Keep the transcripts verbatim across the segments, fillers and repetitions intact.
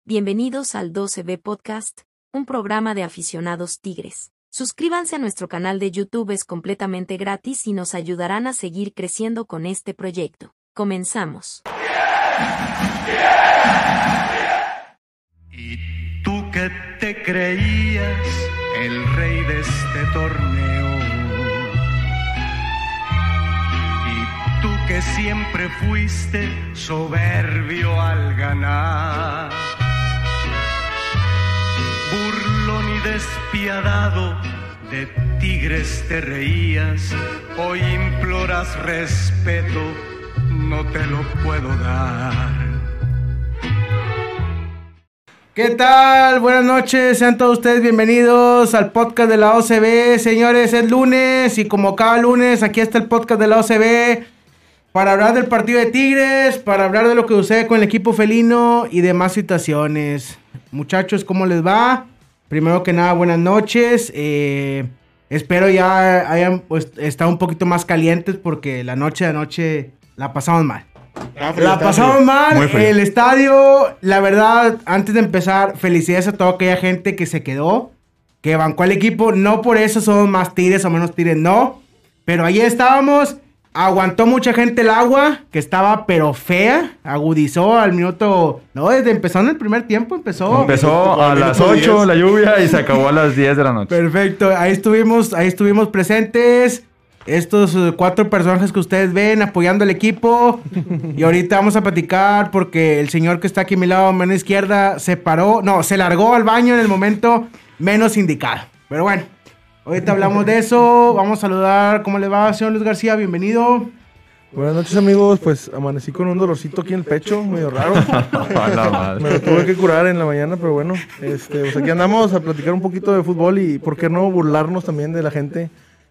Bienvenidos al doce B Podcast, un programa de aficionados tigres. Suscríbanse a nuestro canal de YouTube, es completamente gratis y nos ayudarán a seguir creciendo con este proyecto. Comenzamos. Y tú que te creías el rey de este torneo, y tú que siempre fuiste soberbio al ganar, burlón y despiadado, de Tigres te reías, hoy imploras respeto, no te lo puedo dar. ¿Qué tal? Buenas noches, sean todos ustedes bienvenidos al podcast de la O C B. Señores, es lunes y como cada lunes aquí está el podcast de la O C B para hablar del partido de Tigres, para hablar de lo que sucede con el equipo felino y demás situaciones. Muchachos, ¿cómo les va? Primero que nada, buenas noches. Eh, espero ya hayan pues, estado un poquito más calientes porque la noche de anoche la pasamos mal. Ah, la pasamos mal, el estadio, la verdad, antes de empezar, felicidades a toda aquella gente que se quedó, que bancó al equipo, no por eso somos más Tigres o menos Tigres, no, pero ahí estábamos, aguantó mucha gente el agua, que estaba pero fea, agudizó al minuto, no, desde empezó en el primer tiempo, empezó. Empezó a las ocho la lluvia y se acabó a las diez de la noche. Perfecto, ahí estuvimos, ahí estuvimos presentes. Estos uh, cuatro personajes que ustedes ven apoyando al equipo. Y ahorita vamos a platicar porque el señor que está aquí a mi lado, a mano izquierda, se paró, no, se largó al baño en el momento menos indicado. Pero bueno, ahorita hablamos de eso. Vamos a saludar. ¿Cómo le va, señor Luis García? Bienvenido. Buenas noches, amigos. Pues amanecí con un dolorcito aquí en el pecho, medio raro. Me lo tuve que curar en la mañana, pero bueno, este, pues aquí andamos a platicar un poquito de fútbol y por qué no burlarnos también de la gente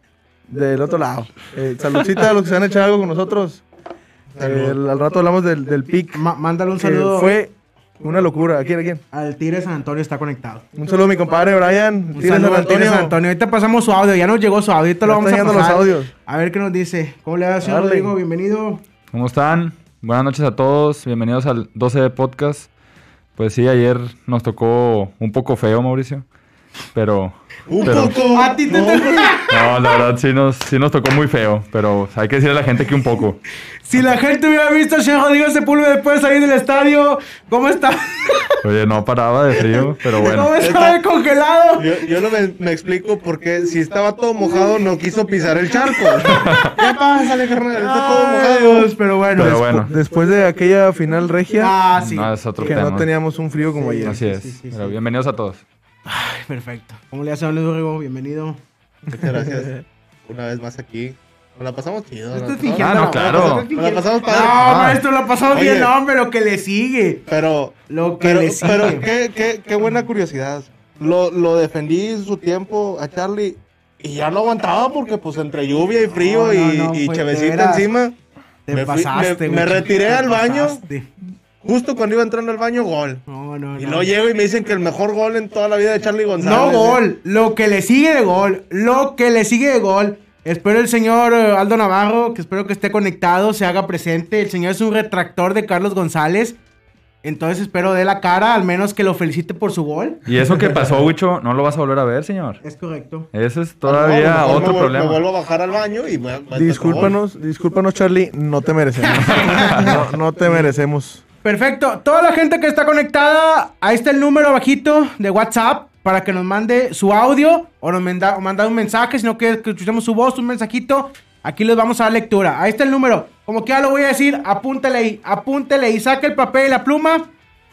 del otro lado. Eh, saludcita a los que se han echado algo con nosotros. Eh, al rato hablamos del, del pick. Ma- mándale un saludo. Fue una locura. ¿A quién? ¿A quién? Al Tigre San Antonio está conectado. Un saludo a mi compadre Brian. Un saludo al Tigre San Antonio. Ahorita pasamos su audio. Ya nos llegó su audio. Ahorita lo vamos a pasar. Los audios. A ver qué nos dice. ¿Cómo le va, señor Rodrigo? Bienvenido. ¿Cómo están? Buenas noches a todos. Bienvenidos al doce B Podcast. Pues sí, ayer nos tocó un poco feo, Mauricio. Pero... Un pero, poco. A ti te no, no, la verdad sí nos, sí nos tocó muy feo. Pero hay que decirle a la gente que un poco. Si la gente hubiera visto a señor Rodrigo Sepúlveda después de salir del estadio, ¿cómo está? Oye, no paraba de frío, pero bueno. ¿Cómo estaba de congelado? Yo, yo no me, me explico por qué, si estaba todo mojado, no quiso pisar el charco. ¿Qué pasa, carnal? Está todo mojado. Dios, pero bueno. Pero Despu- bueno. Después de aquella final regia, Ah, sí. No, es otro que tema. no teníamos un frío como Sí, ayer. Así es. Sí, sí, Pero sí. bienvenidos a todos. Ay, perfecto. ¿Cómo le hace a Luis Rodrigo? Bienvenido. Muchas gracias. Una vez más aquí. Nos la pasamos chido. Estás ¿no? fingiendo. Ah, no, claro. Nos la pasamos padre. No, Ah. maestro, lo pasamos Oye. bien, no, hombre, lo que le sigue. Pero, Lo que pero, le sigue. pero qué, qué, qué buena curiosidad. Lo, lo defendí su tiempo a Charlie y ya no aguantaba porque pues entre lluvia y frío No, no, y, no, y fue- de chevecita veras. encima. Te me fui- pasaste, me- me güey. retiré Te al baño. pasaste. Justo cuando iba entrando al baño, gol. No, no, Y no. luego llego y me dicen que el mejor gol en toda la vida de Charlie González. No gol, lo que le sigue de gol, lo que le sigue de gol. Espero el señor eh, Aldo Navarro, que espero que esté conectado, se haga presente. El señor es un retractor de Carlos González. Entonces espero dé la cara, al menos que lo felicite por su gol. Y eso que pasó, Huicho, no lo vas a volver a ver, señor. Es correcto. Ese es No, todavía a lo mejor otro me, problema. Me vuelvo a bajar al baño y me, me Discúlpanos, discúlpanos, Charlie, no te merecemos. no, no te merecemos. Perfecto. Toda la gente que está conectada, ahí está el número abajito de WhatsApp para que nos mande su audio o nos manda, o mandar un mensaje, si no quieres que escuchemos su voz, un mensajito. Aquí les vamos a dar lectura. Ahí está el número. Como que ya lo voy a decir, apúntele ahí, apúntele y saque el papel y la pluma.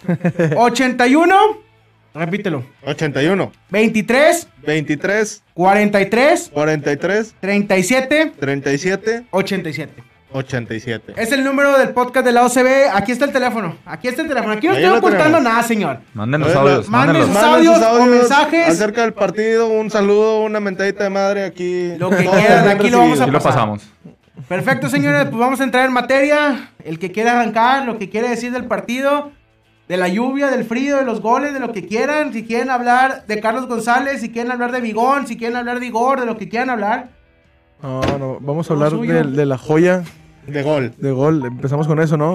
ochenta y uno, repítelo. ochenta y uno, veintitrés, veintitrés, cuarenta y tres, cuarenta y tres, treinta y siete, treinta y siete, ochenta y siete. ochenta y siete. Es el número del podcast de la O C B. Aquí está el teléfono. Aquí está el teléfono. Aquí no Ahí estoy lo ocultando tenemos. nada, señor. Manden los Oye, audios, manden mándenlos. sus Manden audios o mensajes. acerca del partido, un saludo, una mentadita de madre aquí. Lo que Todo quieran, bien aquí lo vamos a Sí lo pasar. pasamos. Perfecto, señores, pues vamos a entrar en materia. El que quiera arrancar, lo que quiere decir del partido, de la lluvia, del frío, de los goles, de lo que quieran. Si quieren hablar de Carlos González, si quieren hablar de Bigón, si quieren hablar de Igor, de lo que quieran hablar. No, no, vamos a Todo hablar suyo. de, de la joya de gol. de gol. Empezamos con eso, ¿no?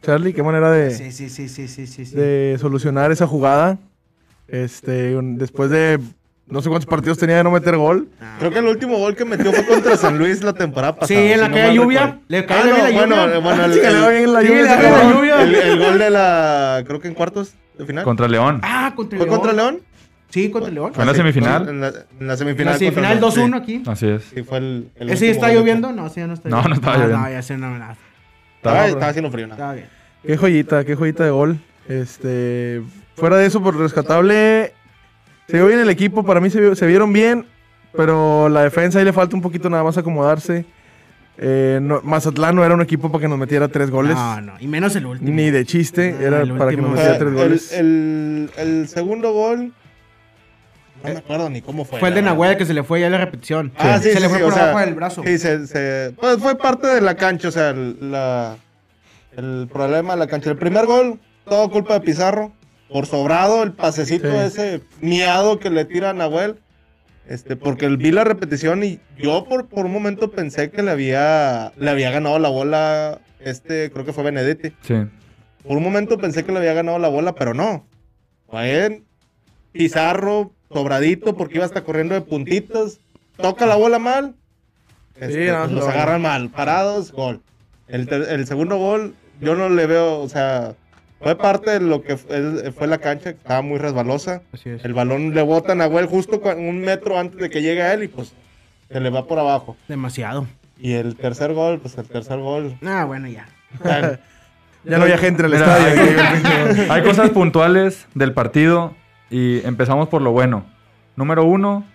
Charlie, qué manera de, Sí, sí, sí, sí, sí, sí. sí. de solucionar esa jugada. Este, un- después de no sé cuántos partidos tenía de no meter gol. Creo que el último gol que metió fue contra San Luis la temporada pasada. Sí, en la si que mal hay lluvia. recuerdo. Le cae Ah, bien no, la bueno, lluvia. bueno, el, Sí, que le va bien la Sí, lluvia. le ese va bien la cabrón. lluvia. el- el gol de la, creo que en cuartos de final. Contra León. Ah, contra ¿Fue León. contra León? Sí, contra León. Fue en la Sí, semifinal. En la, en la En semifinal. la contra semifinal León, dos uno sí. aquí. Así es. Sí, fue el, el ¿Ese ya último está gol. lloviendo? No, ese ya no está No, lloviendo. no estaba Ah, lloviendo. No, ya sé, no, nada. Estaba, estaba haciendo frío. ¿no? Estaba bien. Qué joyita, qué joyita de gol. Este, fuera de eso, por rescatable, se vio bien el equipo. Para mí se, vio- se vieron bien, pero la defensa ahí le falta un poquito nada más acomodarse. Eh, no- Mazatlán no era un equipo para que nos metiera tres goles. No, no, y menos el último. Ni de chiste, No, era el para que último. nos O sea, metiera tres el, goles. el, el segundo gol, no me acuerdo ni cómo fue. Fue el de la verdad. Nahuel que se le fue ya la repetición. Ah, sí, se sí, le fue sí, por o sea, abajo del brazo. Sí, se, se- pues fue parte de la cancha, o sea, el- la, el problema de la cancha. El primer gol, todo culpa de Pizarro, por sobrado, el pasecito Sí. ese miado que le tira a Nahuel, este, porque vi la repetición y yo por, por un momento pensé que le había, le había ganado la bola, este, creo que fue Benedetti. Sí. Por un momento pensé que le había ganado la bola, pero no. Fue en Pizarro, sobradito, porque iba hasta corriendo de puntitas. Toca la bola mal. Este, Sí, no, pues se los lo agarran mal. Parados, gol. El, ter- el segundo gol, yo no le veo, o sea, fue parte de lo que fue, fue la cancha, que estaba muy resbalosa. Así es. El balón le bota a Nahuel justo cua- un metro antes de que llegue a él y pues se le va por abajo. Demasiado. Y el tercer gol, pues el tercer gol. Ah, bueno, ya. tan- Ya no había gente en el Mira, estadio. Hay cosas puntuales del partido y empezamos por lo bueno. Número uno,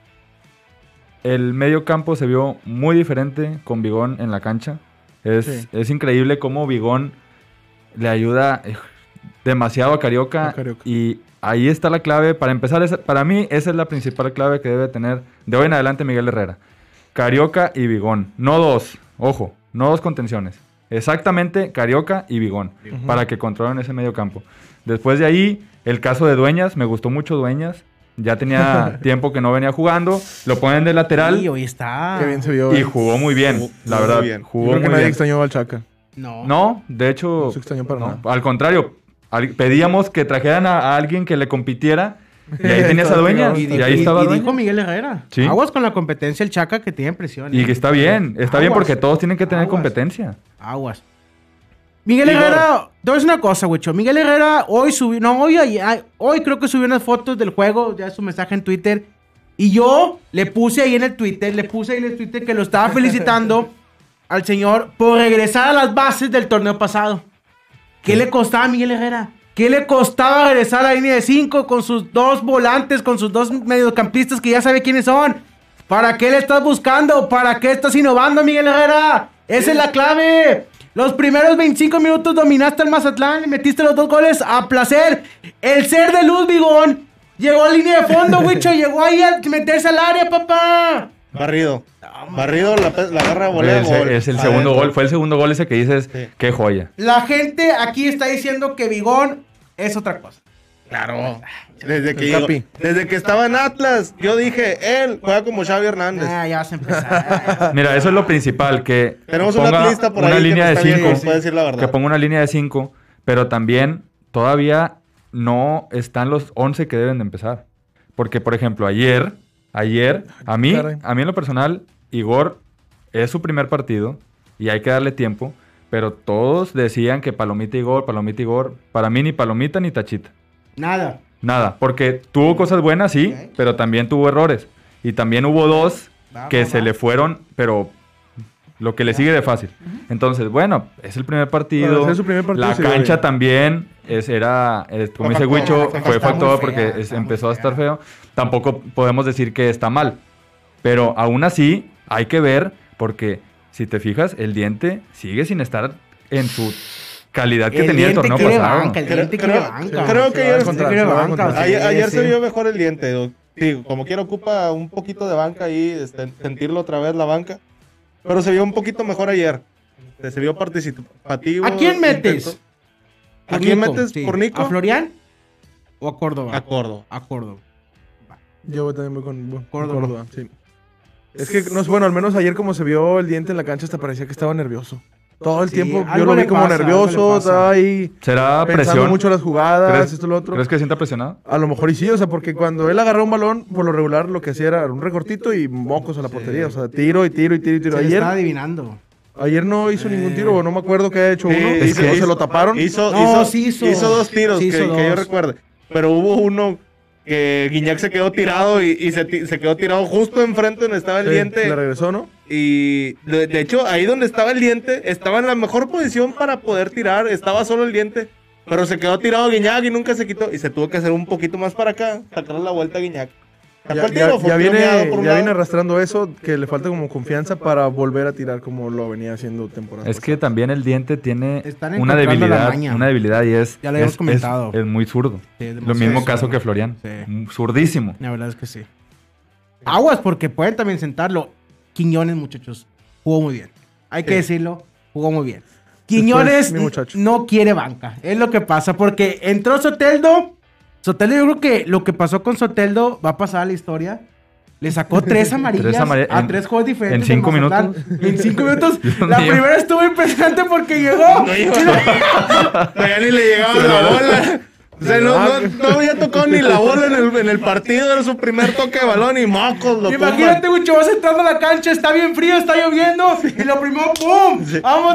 el medio campo se vio muy diferente con Vigón en la cancha. Es, Sí. es increíble cómo Vigón le ayuda eh, demasiado a Carioca, A Carioca. y ahí está la clave. Para empezar, esa- para mí esa es la principal clave que debe tener de hoy en adelante Miguel Herrera. Carioca y Vigón, no dos, ojo, no dos contenciones. Exactamente Carioca y Vigón, para que controlen ese medio campo. Después de ahí, el caso de Dueñas, me gustó mucho Dueñas. Ya tenía tiempo que no venía jugando, lo ponen de lateral Sí, hoy está. Qué bien se vio. y eh. jugó muy bien, Jugó- la jugó verdad, muy bien. Yo jugó creo que muy nadie bien. extrañó al Chaca. No. No, de hecho, No se extrañó para no, nada. al contrario, al- pedíamos que trajeran a, a alguien que le compitiera y ahí tenías a Dueñas, Y, y, dijo- ahí y- estaba y dijo Dueñas. Miguel Herrera. Sí. Aguas con la competencia el Chaca que tiene presión. Y ¿eh? que está bien, está bien Aguas. porque todos tienen que tener Aguas. competencia. Aguas. Miguel Digo- Herrera, te voy a decir una cosa, güicho. Miguel Herrera hoy subió, no, hoy, ay- ay, hoy creo que subió unas fotos del juego, ya su mensaje en Twitter. Y yo le puse ahí en el Twitter, le puse ahí en el Twitter que lo estaba felicitando al señor por regresar a las bases del torneo pasado. ¿Qué le costaba a Miguel Herrera? ¿Qué le costaba regresar a la línea de cinco con sus dos volantes, con sus dos mediocampistas que ya sabe quiénes son? ¿Para qué le estás buscando? ¿Para qué estás innovando, Miguel Herrera? Esa es la clave. Los primeros veinticinco minutos dominaste al Mazatlán y metiste los dos goles a placer. El ser de Luz Vigón llegó a línea de fondo, güicho. Llegó ahí a meterse al área, papá. Barrido. Barrido la, pe- la agarra de volea. Es, gol. es el segundo Adentro. gol, fue el segundo gol ese que dices, Sí. qué joya. La gente aquí está diciendo que Vigón es otra cosa. Claro. Desde que, El llegó- Capi. desde que estaba en Atlas, yo dije, él juega como Xavi Hernández. Ah, ya vas a empezar. Mira, eso es lo principal, que Tenemos un ponga atlista por una ahí que línea nos de está viendo, cinco, nos puede decir la verdad. que ponga una línea de cinco, pero también todavía no están los once que deben de empezar. Porque, por ejemplo, ayer, ayer, a mí, Caray. a mí en lo personal, Igor es su primer partido y hay que darle tiempo, pero todos decían que Palomita Igor, Palomita Igor, para mí ni Palomita ni Tachita. Nada. Nada, porque tuvo cosas buenas, sí, Ok. pero también tuvo errores. Y también hubo dos Va, que va, se va. le fueron, pero lo que le sigue de fácil. Entonces, bueno, es el primer partido. Para ser su primer partido la se dio cancha bien. también es, era, es- como Fue dice factor, Huicho, fue fue factor. factor Está muy porque fea, es- está muy empezó a estar fea. feo. Tampoco podemos decir que está mal. Pero aún así, hay que ver, porque si te fijas, el diente sigue sin estar en su calidad que El tenía el diente torneo quiere pasado. banca, el Creo- diente quiere creo- banca. creo Se que va a ayer- encontrar, quiere se va a banca, encontrar. Ayer, Sí, ayer sí. se vio mejor el diente. Sí, como quiera ocupa un poquito de banca ahí, este, sentirlo otra vez la banca. Pero se vio un poquito mejor ayer. Este, Se vio participativo. ¿A quién metes? intentó- Por ¿A quién Nico, metes sí. por Nico? ¿A Florian o a Córdoba? A Córdoba. A Córdoba. Yo también voy con, con Córdoba. Córdoba. Sí. Es que, no es bueno, al menos ayer como se vio el diente en la cancha, hasta parecía que estaba nervioso. Todo el Sí, tiempo yo algo lo vi le como pasa, algo nervioso, le pasa. estaba ahí ¿Será pensando presión? mucho las jugadas, ¿Crees, esto lo otro. ¿Crees que se sienta presionado? A lo mejor y sí, o sea, porque cuando él agarró un balón, por lo regular lo que hacía era un recortito y mocos a la portería, o sea, tiro y tiro y tiro y tiro. Se le Ayer, estaba adivinando. ayer no hizo ningún tiro, o no me acuerdo que haya hecho Sí, uno, es o que se hizo- lo taparon. Hizo, No, hizo, sí hizo. hizo dos tiros Sí que, hizo que yo dos. recuerde. Pero hubo uno que Guiñac se quedó tirado y, y se, ti- se quedó tirado justo enfrente donde estaba el Sí, diente. le regresó, ¿no? Y de, de hecho, ahí donde estaba el diente, estaba en la mejor posición para poder tirar. Estaba solo el diente. Pero se quedó tirado Guiñac y nunca se quitó. Y se tuvo que hacer un poquito más para acá, sacarle la vuelta a Guiñac. Sacó Ya, el tiro, ya- fue ya premiado viene, por un ya lado. viene arrastrando eso, que le falta como confianza para volver a tirar como lo venía haciendo temporada. Es que también el diente tiene Están una encontrando la debilidad, maña. una debilidad y es, Ya lo habíamos es, comentado. es- es muy zurdo. Sí, Lo demasiado mismo zurdo. caso que Florian. Sí. Mm, Zurdísimo. La verdad es que sí. Aguas, porque pueden también sentarlo. Quiñones, muchachos, jugó muy bien. Hay que Sí. decirlo, jugó muy bien. Quiñones mi muchacho. no quiere banca. Es lo que pasa, porque entró Soteldo. Soteldo, yo creo que lo que pasó con Soteldo va a pasar a la historia. Le sacó tres amarillas Tres amari- a en- tres juegos diferentes. en cinco de Mazatlán. minutos. En cinco minutos. Dios La mío. primera estuvo impresionante porque llegó. Todavía ni le llegaba la bola. O sea, no, no, no había tocado ni la bola en el, en el partido. Era su primer toque de balón y mocos lo Imagínate, Gucho, vas entrando a la cancha, está bien frío, está lloviendo, y lo primero, ¡pum! ¡Vamos!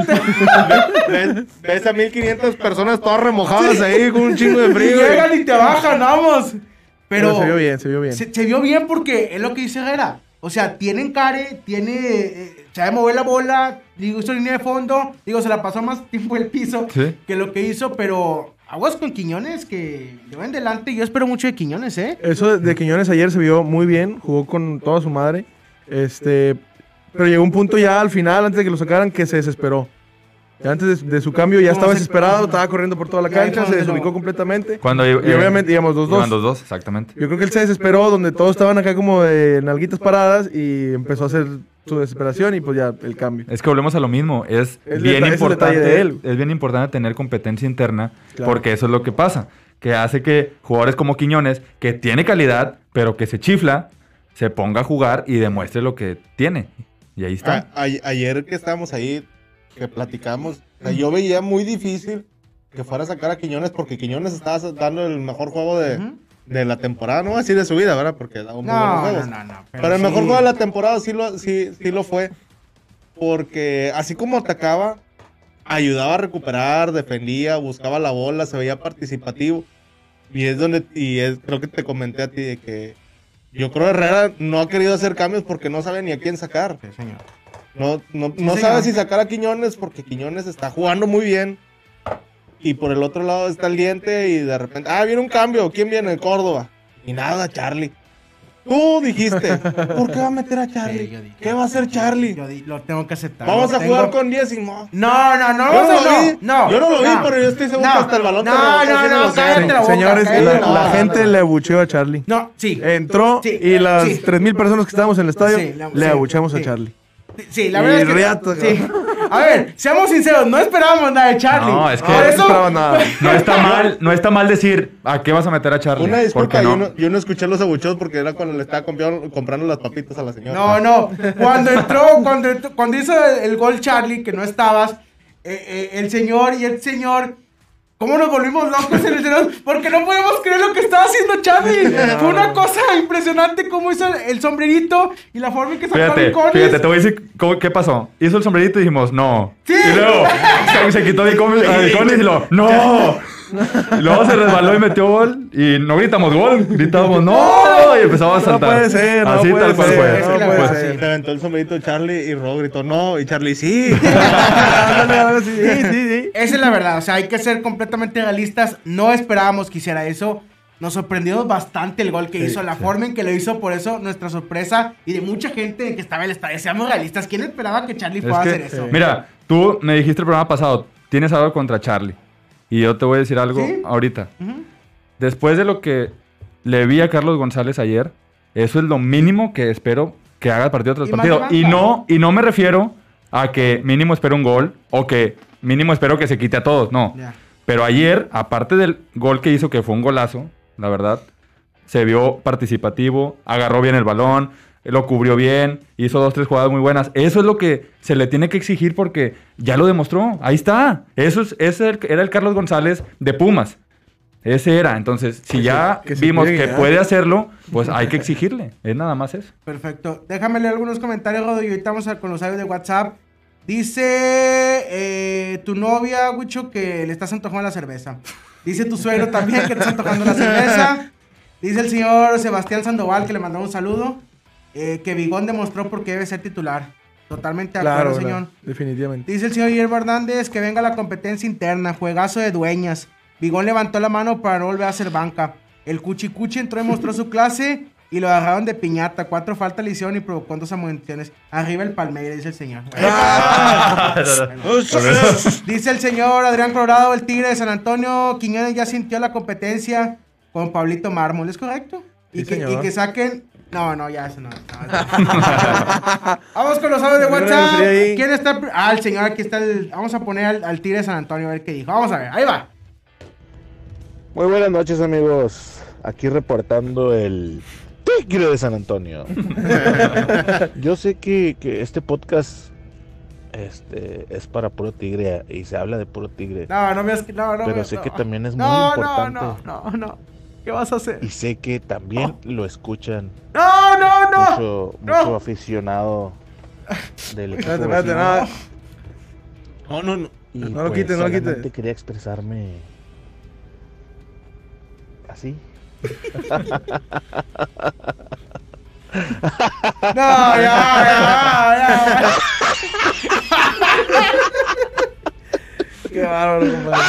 ves, ves a mil quinientas personas todas remojadas ahí con un chingo de Y frío. llegan y te bajan, vamos. Pero, Pero se vio bien, se vio bien. Se, se vio bien porque es lo que dice Herrera. O sea, tienen care, tiene. Eh, sabe mover la bola, digo, hizo línea de fondo. Digo, se la pasó más tiempo el piso Sí. que lo que hizo, pero aguas con Quiñones que llevan delante. Yo espero mucho de Quiñones, ¿eh? Eso de, de Quiñones ayer se vio muy bien, jugó con toda su madre. Este, pero llegó un punto ya al final, antes de que lo sacaran, que se desesperó. Ya antes de, de su cambio ya ¿Cómo estaba se- desesperado, estaba corriendo por toda la Ya, cancha, ahí se fue donde desubicó lo- completamente. Cuando Y eh, obviamente íbamos dos dos. iban dos dos, exactamente. Yo creo que él se desesperó donde todos estaban acá como de nalguitas paradas y empezó a hacer su desesperación y pues ya el cambio. Es que volvemos a lo mismo. Es, Es bien deta- es el detalle importante. de él. Es bien importante tener competencia interna. Claro. Porque eso es lo que pasa. Que hace que jugadores como Quiñones, que tiene calidad, pero que se chifla, se ponga a jugar y demuestre lo que tiene. Y ahí está. A- a- ayer que estábamos ahí, que platicamos, o sea, yo veía muy difícil que fuera a sacar a Quiñones porque Quiñones estaba dando el mejor juego de, Ujú. de la temporada, no así de su vida, ¿verdad? Porque daba muy buenos No, no, juegos. no, no. Pero, el sí. mejor juego de la temporada sí lo, sí, sí lo fue. Porque así como atacaba, ayudaba a recuperar, defendía, buscaba la bola, se veía participativo. Y es donde, y es, creo que te comenté a ti de que yo creo que Herrera no ha querido hacer cambios porque no sabe ni a quién sacar. Sí, señor. No, no, Sí, no señor. sabe si sacar a Quiñones porque Quiñones está jugando muy bien. Y por el otro lado está el diente y de repente, ah, viene un cambio. ¿Quién viene? Córdoba. Y nada, Charlie. Tú dijiste, ¿por qué va a meter a Charlie? Sí, yo dije. ¿Qué va a hacer Charlie? Yo di- lo tengo que aceptar. Vamos lo a tengo- jugar con diez y no. No, no, no, Yo vamos no a- lo vi. no, Yo no lo vi, pero yo estoy seguro que hasta el balón te No, rebotó, no, sí me no, lo sé. cállate la boca, Señores, cállate la, la la boca. gente le abucheó a Charlie. No, sí. Entró Sí, y las sí. tres mil personas que estábamos en el estadio Sí, la- le sí, abuchamos a sí. Charlie. Sí, la verdad Y es que... riata, sí. A ver, seamos sinceros, no esperábamos nada de Charlie. No, es que- Por No eso... esperaba nada. No está mal, no está mal decir a qué vas a meter a Charlie. Una disculpa, porque yo, no. no, yo no escuché los abucheos porque era cuando le estaba comprando, comprando las papitas a la señora. No, no. Cuando entró, cuando, entró- cuando hizo el, el gol Charlie, que no estabas, eh, eh, el señor y el señor... ¿Cómo nos volvimos locos en el señor? Porque no podemos creer lo que estaba haciendo Charlie. Fue una cosa impresionante cómo hizo el, el sombrerito y la forma en que sacó Fíjate, el conis. fíjate, te voy a decir cómo- qué pasó. Hizo el sombrerito y dijimos, no. Sí. Y luego se, se quitó el conis y lo, no. Y luego se resbaló y metió gol. Y no gritamos gol, gritábamos, no. Y empezamos a No saltar. puede ser, no Así puede tal cual ser, fue. Es que la no puede verdad, ser. sí. Se aventó el sombrerito de Charlie y Rob gritó no. Y Charlie sí. Ándale, ahora sí, sí, sí, sí. Esa es la verdad, o sea, hay que ser completamente realistas. No esperábamos que hiciera eso. Nos sorprendió bastante el gol que hizo, la forma en que lo hizo, por eso nuestra sorpresa y de mucha gente que estaba en el estadio. Seamos realistas, ¿quién esperaba que Charlie Es fuera que, a hacer eso? mira, tú me dijiste el programa pasado, tienes algo contra Charlie. Y yo te voy a decir algo ¿Sí? ahorita. Ujú. Después de lo que le vi a Carlos González ayer, eso es lo mínimo que espero que haga partido tras Y más partido. de banca. Y no, y no me refiero a que mínimo espero un gol o que mínimo espero que se quite a todos. No. Ya. Pero ayer, aparte del gol que hizo, que fue un golazo, la verdad, se vio participativo, agarró bien el balón, lo cubrió bien, hizo dos, tres jugadas muy buenas. Eso es lo que se le tiene que exigir porque ya lo demostró. Ahí está. Eso es, ese era el Carlos González de Pumas. Ese era. Entonces, si que ya se, que vimos que llegar. puede hacerlo, pues hay que exigirle. Es nada más eso. Perfecto. Déjame leer algunos comentarios, Rodo, y ahorita vamos a, con los audios de WhatsApp. Dice eh, tu novia, Wicho, que le estás antojando la cerveza. Dice tu suegro también que te está antojando la cerveza. Dice el señor Sebastián Sandoval, que le mandó un saludo, eh, que Bigón demostró por qué debe ser titular. Totalmente de Claro, acuerdo, claro, señor. definitivamente. Dice el señor Guillermo Hernández que venga la competencia interna, juegazo de dueñas. Bigón levantó la mano para no volver a hacer banca. El Cuchi Cuchi entró y mostró su clase y lo agarraron de piñata. Cuatro faltas le hicieron y provocó dos amonestaciones. Arriba el Palmeiras, dice el señor. Dice el señor Adrián Colorado, el Tigre de San Antonio. Quiñones ya sintió la competencia con Pablito Mármol, ¿es correcto? Y, Sí, que, señor. y que saquen... No, no, ya eso no. no, no. Vamos con los audios de Yo me WhatsApp. refería ahí. ¿Quién está? Ah, el señor, aquí está el... Vamos a poner al, al Tigre de San Antonio a ver qué dijo. Vamos a ver, ahí va. Muy buenas noches, amigos. Aquí reportando el Tigre de San Antonio. Yo sé que, que este podcast este, es para puro tigre y se habla de puro tigre. No, no me has... No, no, Pero me- sé no. que también es muy No, importante. no, no, no, no. ¿Qué vas a hacer? Y sé que también lo escuchan No, no, no. mucho, no. mucho aficionado del equipo Espérate, espérate, vecino. nada. No, no, no. Y No lo pues, quites, no lo quites. solamente quería expresarme así. No, ya, ya, ya. Qué bárbaro, compadre.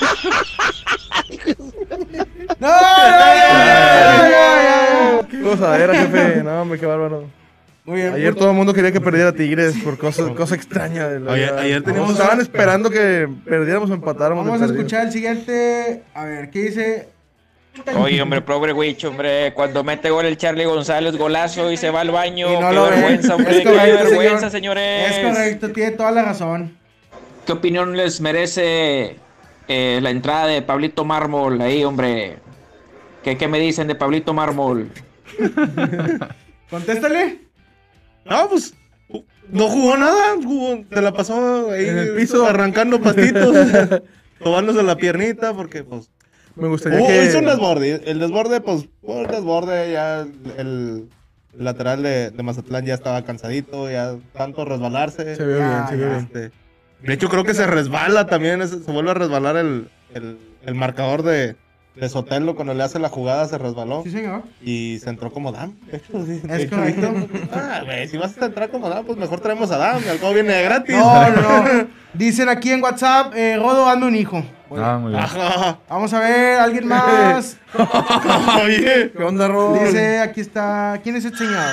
No, no, ya, ya, ya. Qué gozadera, jefe. No, hombre, qué bárbaro. Muy bien. Ayer todo el mundo quería que perdiera Tigres por cosas, cosa extraña. De la Ayer- vida. ayer teníamos- Todos estaban esperando que perdiéramos o empatáramos. Vamos de a perdido. escuchar el siguiente. A ver, ¿qué dice? Oye, hombre, progre Wicho, hombre, cuando mete gol el Charlie González, golazo y se va al baño. Y no qué lo ve. vergüenza, hombre, Es qué correcto, vergüenza, señor. señores. Es correcto, tiene toda la razón. ¿Qué opinión les merece eh, la entrada de Pablito Mármol ahí, hombre? ¿Qué, qué me dicen de Pablito Mármol? Contéstale. No, pues no jugó nada, jugó, se la pasó ahí En el piso. arrancando pastitos, tomándose la piernita porque pues Me gustaría hubo- que. hizo un desborde, el desborde pues fue un desborde ya el, el lateral de, de Mazatlán ya estaba cansadito, ya tanto resbalarse. Se vio Ya, bien, se vio ya. bien. Este, de hecho creo que se resbala también, ese- se vuelve a resbalar el, el, el marcador de, de Sotelo cuando le hace la jugada se resbaló. Sí, señor. Y se entró como Dam. De hecho, sí, de Es hecho, correcto. Ah, güey, si vas a entrar como Dam, pues mejor traemos a Dam. Al cabo viene de gratis. No, no, no. Dicen aquí en WhatsApp, eh, Rodo anda un hijo. Ah, muy bien. Ajá. Vamos a ver, ¿alguien más? Oye. ¿Qué onda, Rodo? Dice, aquí está. ¿Quién es el señor?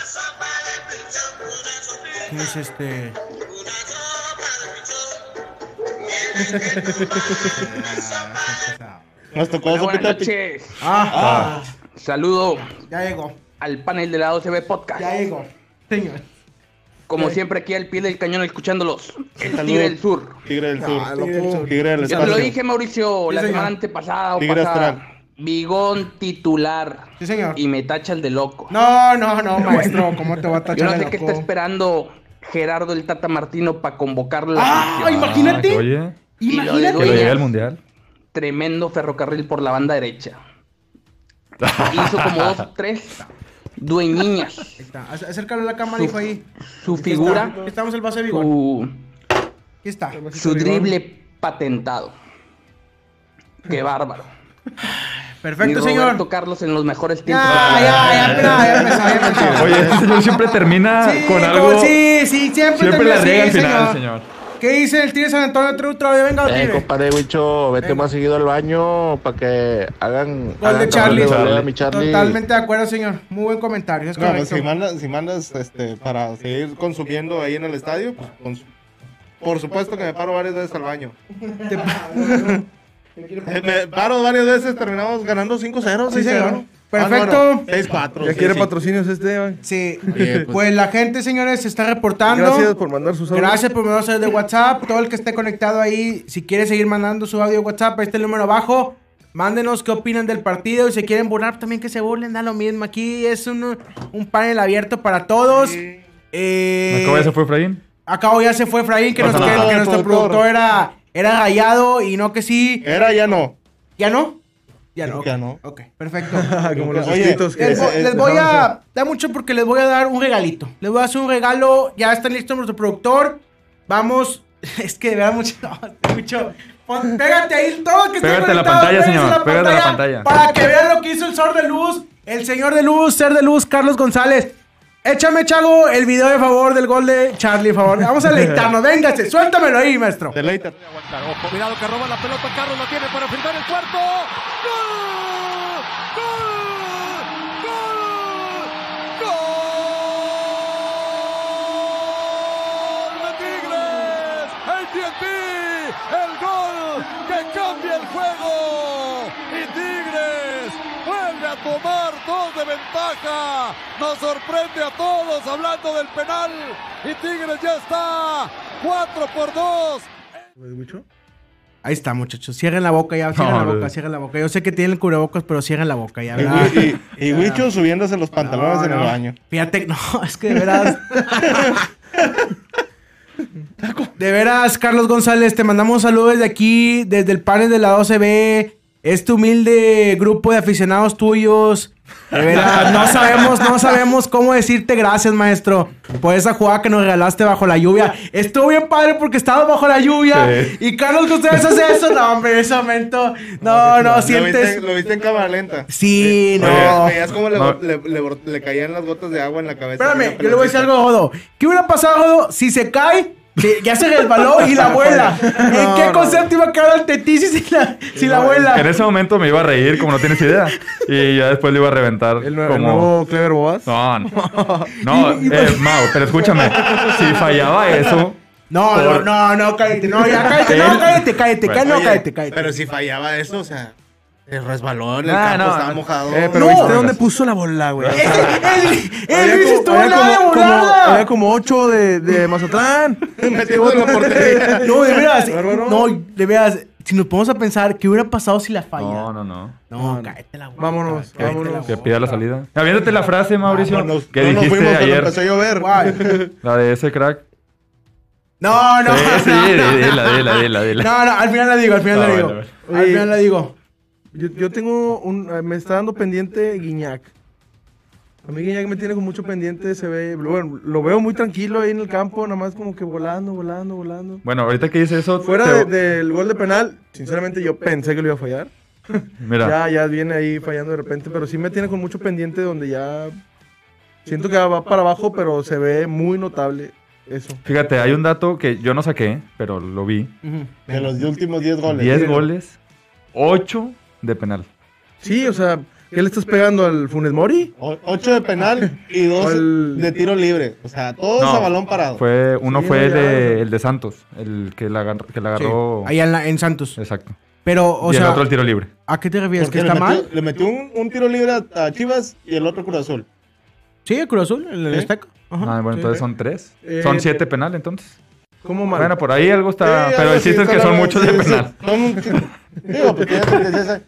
¿Quién es este? Nos tocó Hola, buenas sopita pi- noches. Ah, Saludo ya llegó. al panel de la O C B Podcast. Ya llegó. Señor. Como siempre, aquí al pie del cañón escuchándolos. El Saludo. Tigre del Sur. Tigre del Sur. Ah, Tigre del Sur. Tigre del Ya te Espacio. lo dije, Mauricio, Sí, la señor. semana antepasada o Tigre pasada. Astral. Bigón titular. Sí, señor. Y me tacha el de loco. No, no, no, maestro. ¿Cómo te va a Yo tachar no de sé qué loco? está esperando Gerardo el Tata Martino para convocarlo. Ah, imagínate. Ah, oye, Y lo de que lo Dueñas. llegue al mundial. Tremendo ferrocarril por la banda derecha. Hizo como dos, tres dueñiñas. Ahí está. Ac- Acércalo a la cámara, Su- hijo, ahí. Su Aquí figura, está. Aquí estamos el base de Bigón. su, Aquí está. su drible patentado. Qué bárbaro. Mi Perfecto, Roberto señor. Carlos en los mejores tiempos. Ya, ya, ya, espera, ya empezó, ya empezó. Oye, este señor siempre termina Sí, con como- algo. sí, sí, siempre, Siempre termina la riega así, al final, señor. ¿Qué dice el Tigre San Antonio? Otro, otra vez, venga, Eh, Tigre. compadre Wicho, vete Venga. más seguido al baño para que hagan. Gol de hagan Charlie. gol de mi Charlie. Totalmente de acuerdo, señor. Muy buen comentario. Es No, pues, correcto. si mandas, si mandas este, para seguir consumiendo ahí en el estadio, pues cons- por supuesto que me paro varias veces al baño. Eh, me paro varias veces, terminamos ganando cinco cero. Sí, señor. Perfecto. seis cuatro. Ya quiere patrocinios este, Iván. Sí. Bien, pues. Pues la gente, señores, se está reportando. Gracias por mandar sus audios. Gracias por mandarse de WhatsApp. Todo el que esté conectado ahí, si quiere seguir mandando su audio de WhatsApp, ahí está el número abajo. Mándenos qué opinan del partido. Y si quieren burlar, también que se burlen, da lo mismo. Aquí es un, un panel abierto para todos. Sí. Eh, ¿Acabo ya se fue Efraín? Acabo ya se fue Efraín, que, Pasa nos, que, nada. que nuestro Productor. productor era, era Rayado y no que sí. Era, ya no. ¿Ya no? Ya Dijo no. que ya no. Ok, perfecto. Como los Oye, escritos que Les, vo- ese- les voy a... Da mucho porque les voy a dar un regalito. Les voy a hacer un regalo. Ya está listo nuestro productor. Vamos... Es que de verdad mucho... no, mucho pon- pégate ahí todo que esté Pégate a la conectado, pantalla, péguense señor, pégate a la pantalla. Para que vean lo que hizo el Ser de Luz. El señor de Luz, Ser de Luz, Carlos González. Échame, Chago, el video de favor del gol de Charlie, por favor. Vamos a deleitarnos. Véngase, suéltamelo ahí, maestro. Deleítate. Cuidado que roba la pelota, Carlos la tiene para firmar el cuarto. ¡Gol! ¡Gol! ¡Gol! ¡Gol de Tigres! ¡El T N T! ¡El gol que cambia el juego! ¡Y Tigres vuelve a tomar dos de ventaja! Nos sorprende a todos hablando del penal. Y Tigres ya está cuatro por dos. Ahí está, muchachos. Cierren la boca ya. Cierren No, la boca, bebé. cierren la boca. Yo sé que tienen cubrebocas, pero cierren la boca ya, Y, ¿verdad? y, y Huicho subiéndose los pantalones No, en el no. baño. Fíjate, no, es que de veras. De veras, Carlos González, te mandamos saludos desde aquí, desde el panel de la doce B. Este humilde grupo de aficionados tuyos. De veras, no sabemos, no sabemos cómo decirte gracias, maestro, por esa jugada que nos regalaste bajo la lluvia. Estuvo bien padre porque estábamos bajo la lluvia. Sí. Y Carlos González hace eso. No, hombre, en ese momento. No, no, Lo sientes. viste, lo viste en cámara lenta. Sí, no. Veías, veías cómo le, No. le, le- le caían las gotas de agua en la cabeza. Espérame, yo le voy a decir algo a Jodo. ¿Qué hubiera pasado, Jodo, si se cae? que ya se resbaló y la abuela. ¿En qué concepto iba a quedar el tetis si la, si la abuela? En ese momento me iba a reír, como no tienes idea. Y ya después le iba a reventar. ¿El, nue- como... el nuevo Clever Boas? No, no. No, eh, Mau, pero escúchame. Si fallaba eso. No, no, por- no, no, cállate. No, ya cállate. No, Él- cállate, cállate. Bueno, no, Oye, cállate, cállate. Pero si fallaba eso, o sea, el resbalón, el Ah, campo no, estaba no. mojado. Eh, pero No. ¿viste dónde puso la bola, güey? Ese- el, el Había Luis como- estuvo había nada de como- como- volada. Había como ocho de, de Mazatlán. Metiendo en la portería. No, de veras. Bárbaro. No, de veras. Si nos ponemos a pensar, ¿qué hubiera pasado si la falla? No, no, no. No, cállate la boca. Vámonos, cállate la vámonos. Que boca. pida la salida. Aviéntate la frase, Mauricio, Vámonos. que No nos dijiste fuimos cuando ayer. empezó a llover. Guay. La de ese crack. No, no, Sí, sí, no, no. dila, dila, dila, dila. No, no, al final la digo, al final Ah, la digo. bueno, Al Oye. final la digo. Yo, yo tengo un... eh, Me está dando pendiente Guiñac. A mí Guiñac me tiene con mucho pendiente, se ve... Bueno, lo veo muy tranquilo ahí en el campo, nada más como que volando, volando, volando. Bueno, ahorita que dice eso. Fuera te- de- del gol de penal, sinceramente yo pensé que lo iba a fallar. Mira, Ya, ya viene ahí fallando de repente, pero sí me tiene con mucho pendiente donde ya... Siento que va para abajo, pero se ve muy notable eso. fíjate, hay un dato que yo no saqué, pero lo vi. De los últimos diez goles. diez goles, ocho de penal. Sí, o sea, ¿qué le estás pegando al Funes Mori? O- ocho de penal y dos El- de tiro libre. O sea, todos No, a balón parado. Fue, uno Sí, fue no, el ya, de, no. el de Santos, el que la, agar- que la Sí, agarró. ahí en, la- en Santos. Exacto. Pero, o y el sea, otro el tiro libre. ¿a qué te refieres? ¿Que Porque está le mal? metió, le metió un, un tiro libre a, a Chivas y el otro Cruz Azul. Sí, el Cruz Azul, el, el Sí. Azteca. Ajá, Ah, bueno, sí. entonces son tres. Eh, son siete penal, entonces. ¿Cómo mal? Bueno, por ahí algo está. Sí, pero algo el chiste así es que está son la- muchos sí, de sí, penal. son un- Digo, porque ya treinta y seis.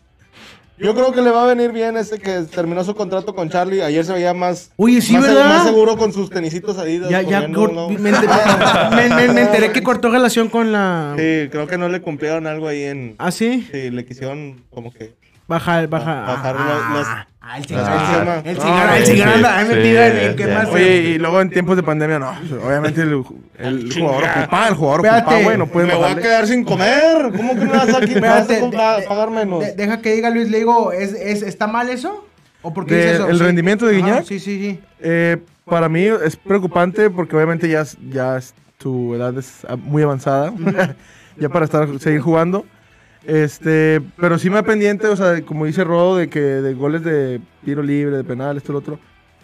Yo creo que le va a venir bien este que terminó su contrato con Charlie. Ayer se veía más, Oye, sí, más, ¿verdad? más seguro con sus tenisitos Adidas. Ya, ya, poniendo cor- uno- me, enteré, me- me- me enteré que cortó relación con la... Sí, creo que no le cumplieron algo ahí en... ¿Ah, sí? Sí, le quisieron como que... Baja, baja. Bajar ah, los- ah, ah, el Ah, señor, ¿cómo se llama? el No, señor, el sí, señor sí, anda ahí sí, metido en, en qué ya. más. Oye, y luego en tiempos de pandemia, no. Obviamente el, el jugador ocupado, el jugador Espérate. ocupado, bueno, puede Me voy a bajarle. quedar sin comer. ¿Cómo que me vas a, qui- me vas a Espérate, comprar- de- de- pagar menos? de- deja que diga Luis, le digo, ¿es, es, ¿está mal eso? ¿O por qué De- dice eso? ¿el Sí. rendimiento de Ajá, Guiñac? sí, sí, sí. Eh, para mí es preocupante porque obviamente ya, es- ya es- tu edad es ah, muy avanzada, ya para estar seguir jugando. Este, pero sí me da pendiente, o sea, como dice Rodo, de que de goles de tiro libre, de penal, esto y lo otro.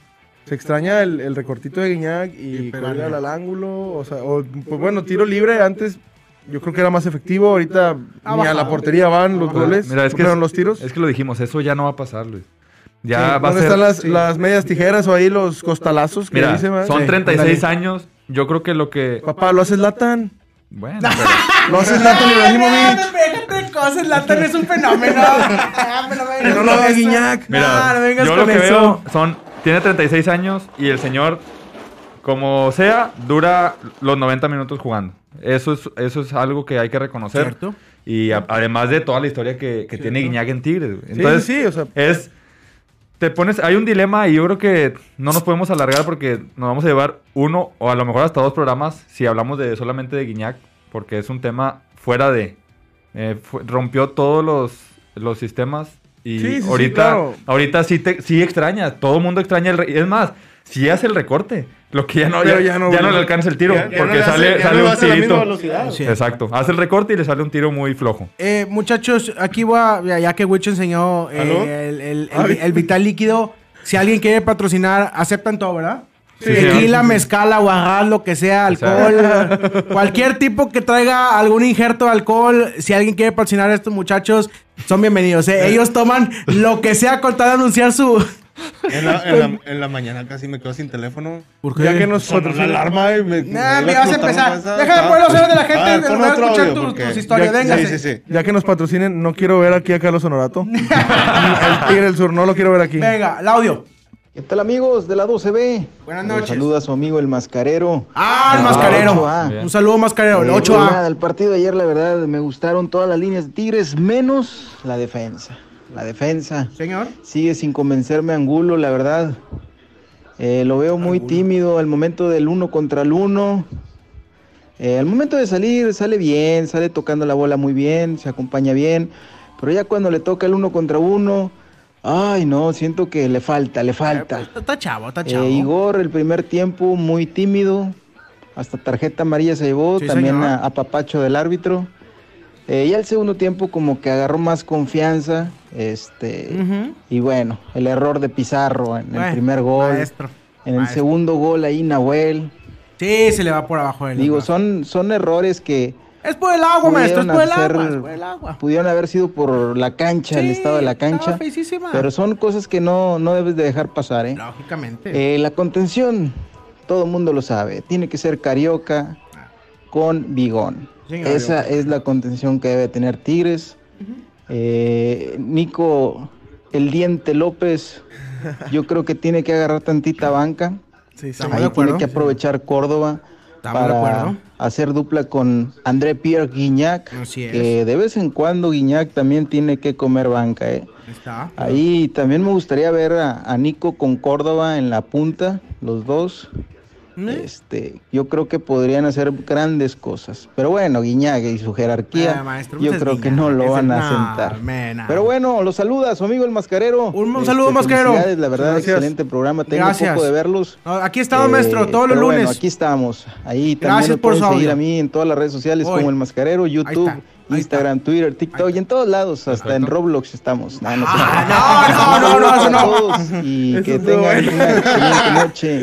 Se extraña el, el recortito de Guiñac y Sí, pero correr no. al ángulo, o sea, o, pues bueno, tiro libre antes yo creo que era más efectivo, ahorita Ha ni a la bajado. portería van los bajado. goles, Mira, es que, fueron es- los tiros. es que lo dijimos, eso ya no va a pasar, Luis. Ya Sí, va a ¿dónde ser. están las, sí. las medias tijeras o ahí los costalazos que Mira, dicen? ¿verdad? son Sí, treinta y seis ándale. años. Yo creo que lo que. Papá, lo haces Latan. Bueno, pero- Lo haces Latan Ibrahimovic. Déjate, cosas, Zlatan es un fenómeno. Ah, pero no vengas No lo con haga eso. Guiñac. Mira, No, no vengas yo lo con que eso. veo son... Tiene treinta y seis años y el señor, como sea, dura los noventa minutos jugando. Eso es, eso es algo que hay que reconocer. Cierto. Y a- además de toda la historia que, que tiene Guiñac en Tigres. güey. Sí, Entonces, sí, sí, o sea- es... Te pones... Hay un dilema y yo creo que no nos podemos alargar porque nos vamos a llevar uno o a lo mejor hasta dos programas si hablamos de solamente de Guiñac, porque es un tema fuera de... eh, fu- rompió todos los, los sistemas y Sí, sí, sí, ahorita, claro. ahorita sí, te, sí extraña. Todo el mundo extraña el... re- Es más, sí hace el recorte. Lo que ya no, Pero ya, ya no- ya no le alcanza el tiro. Ya- ya no porque le hace- sale, ya sale no un hace la misma tirito. velocidad. Sí. Exacto. Hace el recorte y le sale un tiro muy flojo. Eh, muchachos, aquí voy a, ya- ya que Wicho enseñó eh, ¿Aló? el, el- el- el vital líquido, si alguien quiere patrocinar, aceptan todo, ¿verdad? Sí, Tequila, sí, sí. mezcal, aguarrás, lo que sea, O sea. alcohol, cualquier tipo que traiga algún injerto de alcohol, si alguien quiere patrocinar a estos muchachos, son bienvenidos. ¿eh? Ellos toman lo que sea con tal de anunciar su... En la, en, la, en la mañana casi me quedo sin teléfono. ¿Por Ya que nos Sonó la patrocina. alarma y me... Nah, me me iba vas a explotar la empezar. cabeza. Deja de poner los ojos de la gente Ah, en pon lugar de otro escuchar audio, tus- porque- tus historias. Ya- Véngase. Sí, sí, sí. Ya que nos patrocinen, no quiero ver aquí a Carlos Honorato. El Tigre del Sur, no lo quiero ver aquí. Venga, el audio. ¿Qué tal amigos de la doce B? Buenas Los noches. saluda a su amigo el Mascarero. Ah, el Ah, mascarero. ocho A. Un saludo, mascarero. El Eh, ocho pues A. nada, el partido de ayer la verdad me gustaron todas las líneas de Tigres menos la defensa. La defensa Señor. sigue sin convencerme Angulo, la verdad. Eh, lo veo muy tímido al momento del uno contra el uno. Eh, al momento de salir sale bien, sale tocando la bola muy bien, se acompaña bien. Pero ya cuando le toca el uno contra uno, ay no, siento que le falta, le falta. Está chavo, está chavo. Eh, Igor, el primer tiempo muy tímido, hasta tarjeta amarilla se llevó, Sí, también señor. a, a papacho del árbitro. Eh, ya el segundo tiempo como que agarró más confianza, este, Ujú. y bueno, el error de Pizarro en Bueno, el primer gol, maestro, en el maestro. segundo gol ahí Nahuel. Sí, se le va por abajo del Digo, brazo. son, son errores que Es por el agua, maestro, es pudieron por el hacer- agua, es por el agua. pudieron haber sido por la cancha, el Sí, estado de la estaba cancha, feísima. pero son cosas que no, no debes de dejar pasar, ¿eh? Lógicamente. Eh, la contención, todo el mundo lo sabe, tiene que ser Carioca con Bigón. Sí, Esa Carioca. es la contención que debe tener Tigres. Eh, Nico, el Diente López, yo creo que tiene que agarrar tantita banca. Sí, sí. Estamos Ahí de acuerdo. tiene que aprovechar Córdoba Estamos de para acuerdo. hacer dupla con André Pierre Guignac. Así es. Que de vez en cuando Guignac también tiene que comer banca, ¿eh? Ahí está. Ahí también me gustaría ver a, a Nico con Córdoba en la punta, los dos. ¿Eh? Este, yo creo que podrían hacer grandes cosas. Pero bueno, Guiñaga y su jerarquía, Ah, maestro, yo muchas creo que Guiñac, no lo ese- van a nah, sentar. mena. Pero bueno, los saluda su amigo el Mascarero. Un- un saludo, Mascarero. felicidades, la verdad, Gracias. excelente programa. Tengo Gracias. poco de verlos. No, aquí estamos, maestro, todos los pero lunes. Bueno, aquí estamos. Ahí también Gracias me por pueden su seguir audio. a mí en todas las redes sociales Hoy. como el Mascarero, YouTube, está, ahí Instagram, Twitter, TikTok y en todos lados, hasta en Roblox estamos. Nah, no, sé. Ah, no, no, no, no, eso A no. todos y Eso que estuvo tengan bueno. una excelente noche.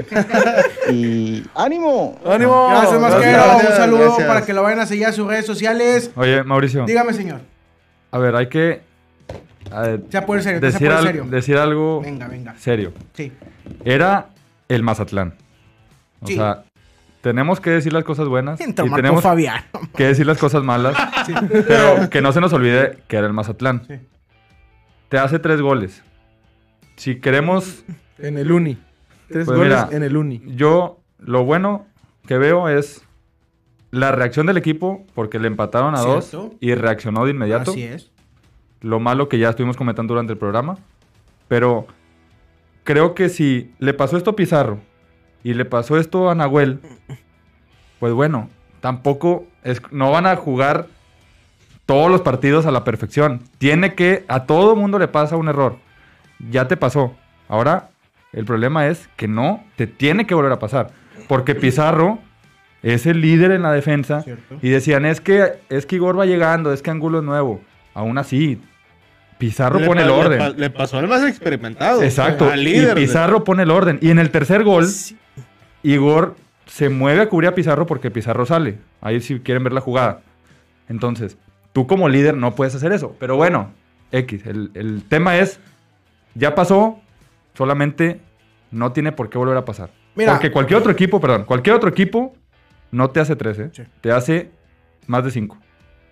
Y ánimo. ¡Ánimo! Gracias, Masquero. Gracias, Un saludo gracias. para que lo vayan a seguir a sus redes sociales. Oye, Mauricio. Dígame, señor. A ver, hay que eh, Sea por serio, sea decir, por al- serio. decir algo Venga, venga. serio. Sí. Era el Mazatlán. O Sí. sea, tenemos que decir las cosas buenas Entró y Marco tenemos Fabián. que decir las cosas malas. Pero que no se nos olvide que era el Mazatlán. Sí. Te hace tres goles. Si queremos... En el Uni. Tres Pues goles mira, en el Uni. Yo, lo bueno que veo es la reacción del equipo, porque le empataron a dos Cierto. y reaccionó de inmediato. Así es. Lo malo que ya estuvimos comentando durante el programa. Pero creo que si le pasó esto a Pizarro y le pasó esto a Nahuel, pues bueno, tampoco es, no van a jugar todos los partidos a la perfección. Tiene que, a todo mundo le pasa un error. Ya te pasó. Ahora, el problema es que no te tiene que volver a pasar. Porque Pizarro es el líder en la defensa. Cierto. Y decían, es que, es que Igor va llegando, es que Angulo es nuevo. Aún así, Pizarro Le pone el pa- le orden. pa- Le pasó al más experimentado. Exacto. Al Y líder. de- Pizarro pone el orden. Y en el tercer gol, Igor se mueve a cubrir a Pizarro porque Pizarro sale. Ahí si quieren ver la jugada. Entonces, tú como líder no puedes hacer eso. Pero bueno, X. El, el tema es, ya pasó, solamente no tiene por qué volver a pasar. Mira. Porque cualquier otro equipo, perdón, cualquier otro equipo no te hace tres, ¿eh? Sí. Te hace más de cinco.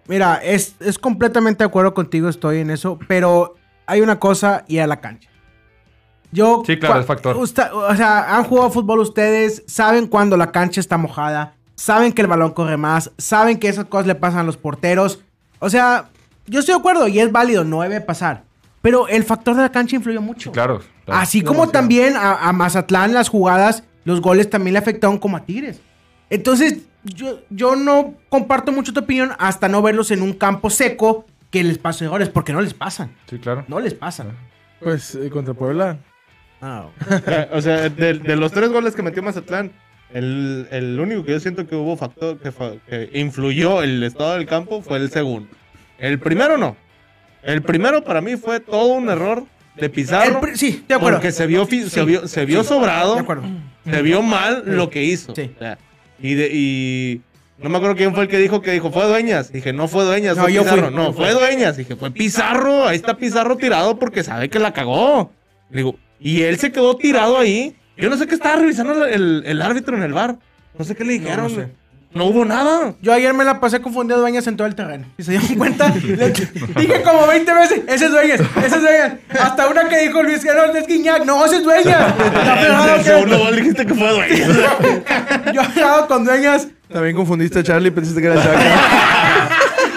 Mira, es, es completamente de acuerdo contigo, estoy en eso, pero hay una cosa y a la cancha. Yo, sí, claro, es factor. Usted, o sea, han jugado fútbol ustedes, saben cuando la cancha está mojada, saben que el balón corre más, saben que esas cosas le pasan a los porteros. O sea, yo estoy de acuerdo y es válido, no debe pasar. Pero el factor de la cancha influyó mucho. Sí, claro, claro. Así como demasiado. También a, a Mazatlán las jugadas, los goles también le afectaron como a Tigres. Entonces, yo, yo no comparto mucho tu opinión hasta no verlos en un campo seco que les pasen goles, porque no les pasan. Sí, claro. No les pasan. Pues eh, contra Puebla. Ah, o sea, de, de los tres goles que metió Mazatlán, el, el único que yo siento que hubo factor que, fa, que influyó el estado del campo fue el segundo. El primero no. El primero para mí fue todo un error de Pizarro. El, sí, de acuerdo. Porque se vio, sí, se vio, se vio sí, sobrado. De acuerdo. Se vio mal sí, lo que hizo. Sí. O sea, y, de, y no me acuerdo quién fue el que dijo que dijo, fue Dueñas. Dije, no fue Dueñas, no, fue yo Pizarro. fui, no, fue Dueñas. Dije, fue Pizarro. Ahí está Pizarro tirado porque sabe que la cagó. Digo, y él se quedó tirado ahí. Yo no sé qué estaba revisando el, el árbitro en el bar. No sé qué le dijeron. No, no sé. No hubo nada. Yo ayer me la pasé confundido Dueñas en todo el terreno. ¿Y se dieron cuenta? Le, dije como veinte veces, ese es Dueñas, ese es Dueñas. Hasta una que dijo Luis que no, es Guiñac. No, ese es Dueñas. El segundo gol dijiste que fue Dueñas. Yo he jugado con Dueñas. También confundiste a Charlie y pensaste que era Chaca.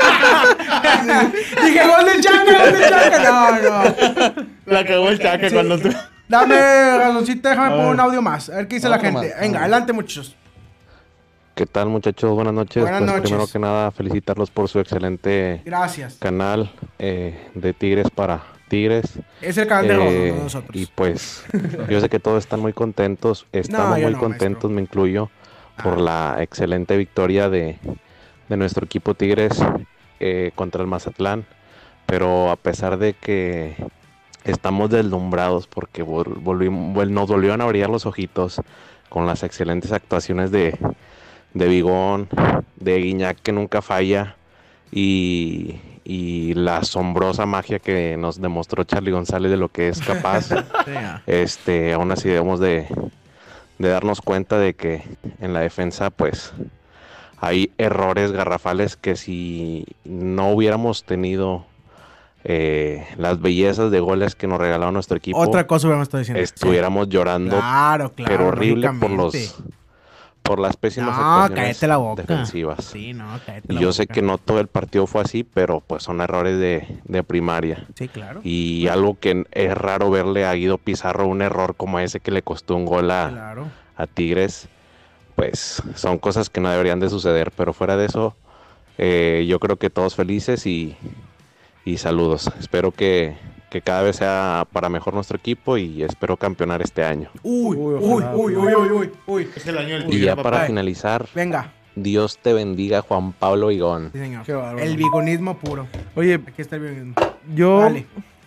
Dije, gol de Chaca, gol de Chaca. No, no. La cagó el Chaca sí. Cuando tú... Dame, Razoncita, déjame poner un audio más. A ver qué dice la gente. Más. Venga, adelante, muchachos. ¿Qué tal, muchachos? Buenas noches. Buenas pues, noches. Primero que nada, felicitarlos por su excelente Gracias. canal eh, de Tigres para Tigres. Es el canal de eh, Rojo, no nosotros. Y pues, yo sé que todos están muy contentos. Estamos no, muy no, contentos, maestro. me incluyo, ah. por la excelente victoria de, de nuestro equipo Tigres eh, contra el Mazatlán. Pero a pesar de que estamos deslumbrados porque vol volvimos, nos volvieron a brillar los ojitos con las excelentes actuaciones de... de Bigón, de Guiñac que nunca falla y, y la asombrosa magia que nos demostró Charlie González de lo que es capaz. este, aún así debemos de, de darnos cuenta de que en la defensa pues hay errores garrafales que si no hubiéramos tenido eh, las bellezas de goles que nos regaló nuestro equipo, otra cosa hubiéramos estado diciendo, estuviéramos sí. llorando, claro, claro, pero horrible por los por las pésimas no, actuaciones la boca. defensivas. Sí, no, y yo boca. sé que no todo el partido fue así, pero pues son errores de, de primaria. Sí, claro. Y claro. algo que es raro verle a Guido Pizarro, un error como ese que le costó un gol a, claro. a Tigres, pues son cosas que no deberían de suceder. Pero fuera de eso, eh, yo creo que todos felices y, y saludos. Espero que... que cada vez sea para mejor nuestro equipo y espero campeonar este año. Uy, uy, uy, uy, uy, uy, uy, uy. Es el año del tigre, y ya papá. Para finalizar, venga. Dios te bendiga, Juan Pablo Bigón. Sí, señor. El bigonismo puro. Oye, aquí está el bigonismo. Yo, Dale.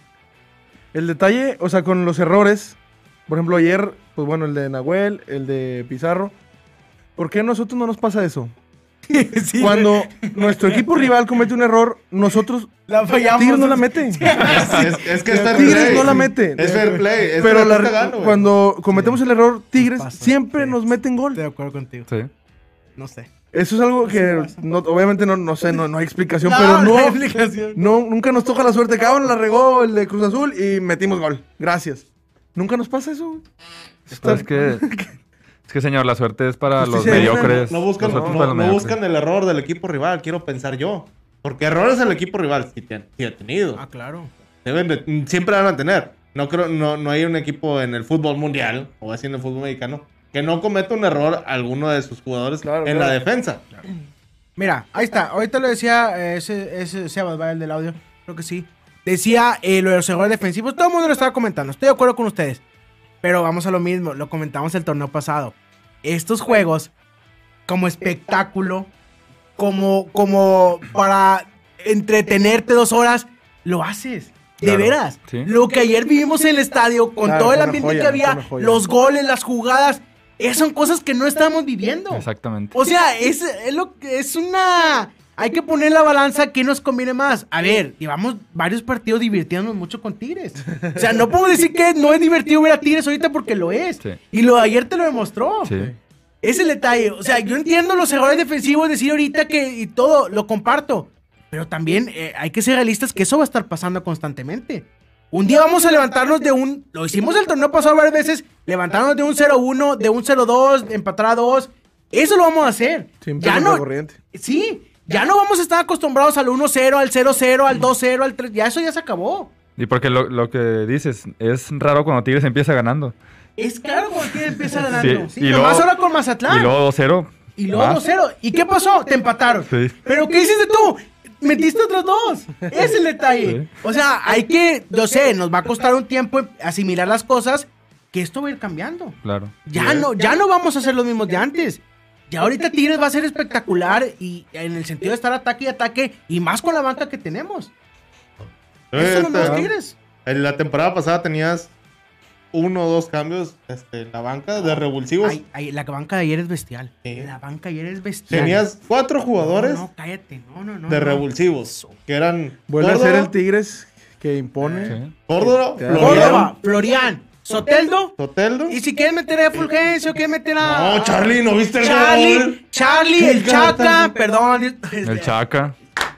El detalle, o sea, con los errores, por ejemplo, ayer, pues bueno, el de Nahuel, el de Pizarro, ¿por qué a nosotros no nos pasa eso? Sí, cuando nuestro equipo rival comete un error, nosotros la fallamos. Tigres no la mete. Es, es que es fair Tigres play. no la mete. Es fair play. Es pero la, gano, cuando cometemos sí. el error, Tigres nos pasa, siempre sí. nos meten gol. Estoy de acuerdo contigo. Sí. No sé. Eso es algo que no, obviamente no, no sé, no, no hay explicación, no, pero no, no, hay explicación. no nunca nos toca la suerte. Cabrón, la regó el de Cruz Azul y metimos gol. Gracias. Nunca nos pasa eso. Está... Es que Es que, señor, la suerte es para los mediocres. No, no buscan, no, no, no buscan el error del equipo rival, quiero pensar yo. Porque errores el equipo rival sí, sí ha tenido. Ah, claro. Deben de, siempre van a tener. No creo, no, no hay un equipo en el fútbol mundial, o así en el fútbol mexicano, que no cometa un error alguno de sus jugadores claro, en claro. la defensa. Claro. Mira, ahí está. Ahorita lo decía ese, ese Sebas, ¿va? El del audio. Creo que sí. Decía eh, lo de los errores defensivos. Todo el mundo lo estaba comentando. Estoy de acuerdo con ustedes. Pero vamos a lo mismo. Lo comentamos el torneo pasado. Estos juegos, como espectáculo, como, como para entretenerte dos horas, lo haces. De claro, veras. ¿Sí? Lo que ayer vivimos en el estadio, con claro, todo el ambiente joya, que había, los goles, las jugadas, esas son cosas que no estábamos viviendo. Exactamente. O sea, es, es, lo, es una... Hay que poner la balanza, ¿qué nos conviene más? A ver, llevamos varios partidos divirtiéndonos mucho con Tigres. O sea, no puedo decir que no es divertido ver a Tigres ahorita porque lo es. Sí. Y lo de ayer te lo demostró. Sí. Es el detalle. O sea, yo entiendo los errores defensivos, decir ahorita que y todo, lo comparto. Pero también eh, hay que ser realistas que eso va a estar pasando constantemente. Un día vamos a levantarnos de un... Lo hicimos el torneo pasado varias veces. Levantarnos de un cero uno, de un cero dos, empatar a dos. Eso lo vamos a hacer. Siempre ya contra no, corriente. Sí, ya no vamos a estar acostumbrados al uno cero, al cero cero, al dos cero, al tres. Ya eso ya se acabó. Y porque lo, lo que dices, es raro cuando Tigres empieza ganando. Es claro cuando Tigres empieza ganando. Sí, Sí, y nomás luego- ahora con Mazatlán. Y luego dos cero. Y luego Ah, dos cero. ¿Y qué pasó? Te empataron. Sí. ¿Pero qué hiciste tú? Metiste otros dos. Ese es el detalle. Sí. O sea, hay que, no sé, nos va a costar un tiempo asimilar las cosas, que esto va a ir cambiando. Claro. Ya no, ya no vamos a hacer los mismos de antes. Ya ahorita Tigres va a ser espectacular y en el sentido de estar ataque y ataque y más con la banca que tenemos. Esos son los nuevos Tigres. En la temporada pasada tenías uno o dos cambios este, en la banca de revulsivos. Ay, ay, la banca de ayer es bestial. La banca de ayer es bestial. Tenías cuatro jugadores No, no, cállate. No, no, no. de no. revulsivos, que eran Vuelve Córdoba, a ser el Tigres que impone. Sí. Córdoba, Te- Florian, Córdoba, Florian, Soteldo. Soteldo. Y si quieres meter a Fulgencio, quieres meter a. No, Charlie, ¿no viste el Charlie, gol? Charlie, Qué el Chaca, gata. perdón. El Chaca.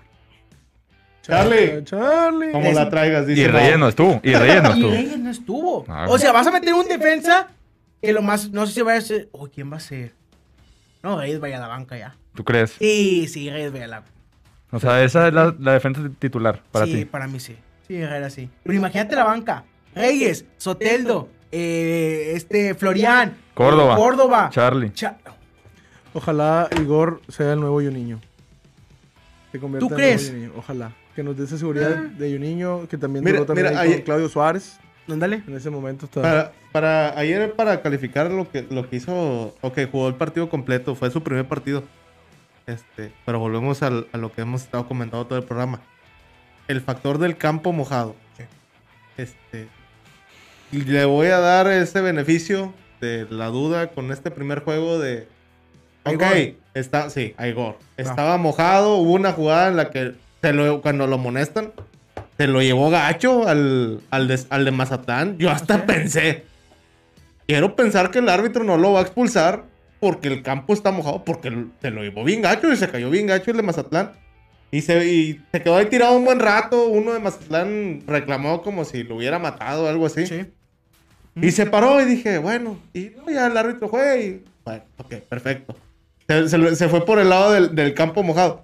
Charlie, Charlie. como la traigas, dice. Y Reyes no estuvo. Y Reyes no Y estuvo. Reyes no estuvo. Ah, O sea, vas a meter un defensa que lo más. No sé si va a ser. Oh, ¿quién va a ser? No, Reyes vaya a la banca ya. ¿Tú crees? Sí, sí, Reyes vaya a la banca. O sea, esa es la, la defensa titular para sí, ti. para mí sí. Sí, Herrera sí. Pero imagínate la banca. Reyes, Soteldo, eh, este, Florian. Córdoba. eh, Córdoba. Charlie. Cha- Ojalá Igor sea el nuevo Juninho. Se convierta ¿Tú en el nuevo crees? Juninho. Ojalá. Que nos dé esa seguridad Ah. de Juninho, que también Mira, duró también mira, ahí con ahí- Claudio Suárez. Ándale. En ese momento estaba. Para, para ayer, para calificar lo que, lo que hizo, o que jugó el partido completo, fue su primer partido. Este, pero volvemos al- a lo que hemos estado comentando todo el programa. El factor del campo mojado. Este, y le voy a dar ese beneficio de la duda con este primer juego de. Ok, Igor. está, sí, a Igor. Estaba mojado, hubo una jugada en la que se lo- cuando lo amonestan, se lo llevó gacho al, al, de, al de Mazatlán. Yo hasta pensé, quiero pensar que el árbitro no lo va a expulsar porque el campo está mojado, porque se lo llevó bien gacho y se cayó bien gacho el de Mazatlán. Y se, y se quedó ahí tirado un buen rato. Uno de Mazatlán reclamó como si lo hubiera matado o algo así. Sí. Y se paró y dije, bueno, y no, ya el árbitro fue y... Bueno, ok, perfecto. Se, se lo- se fue por el lado del, del campo mojado.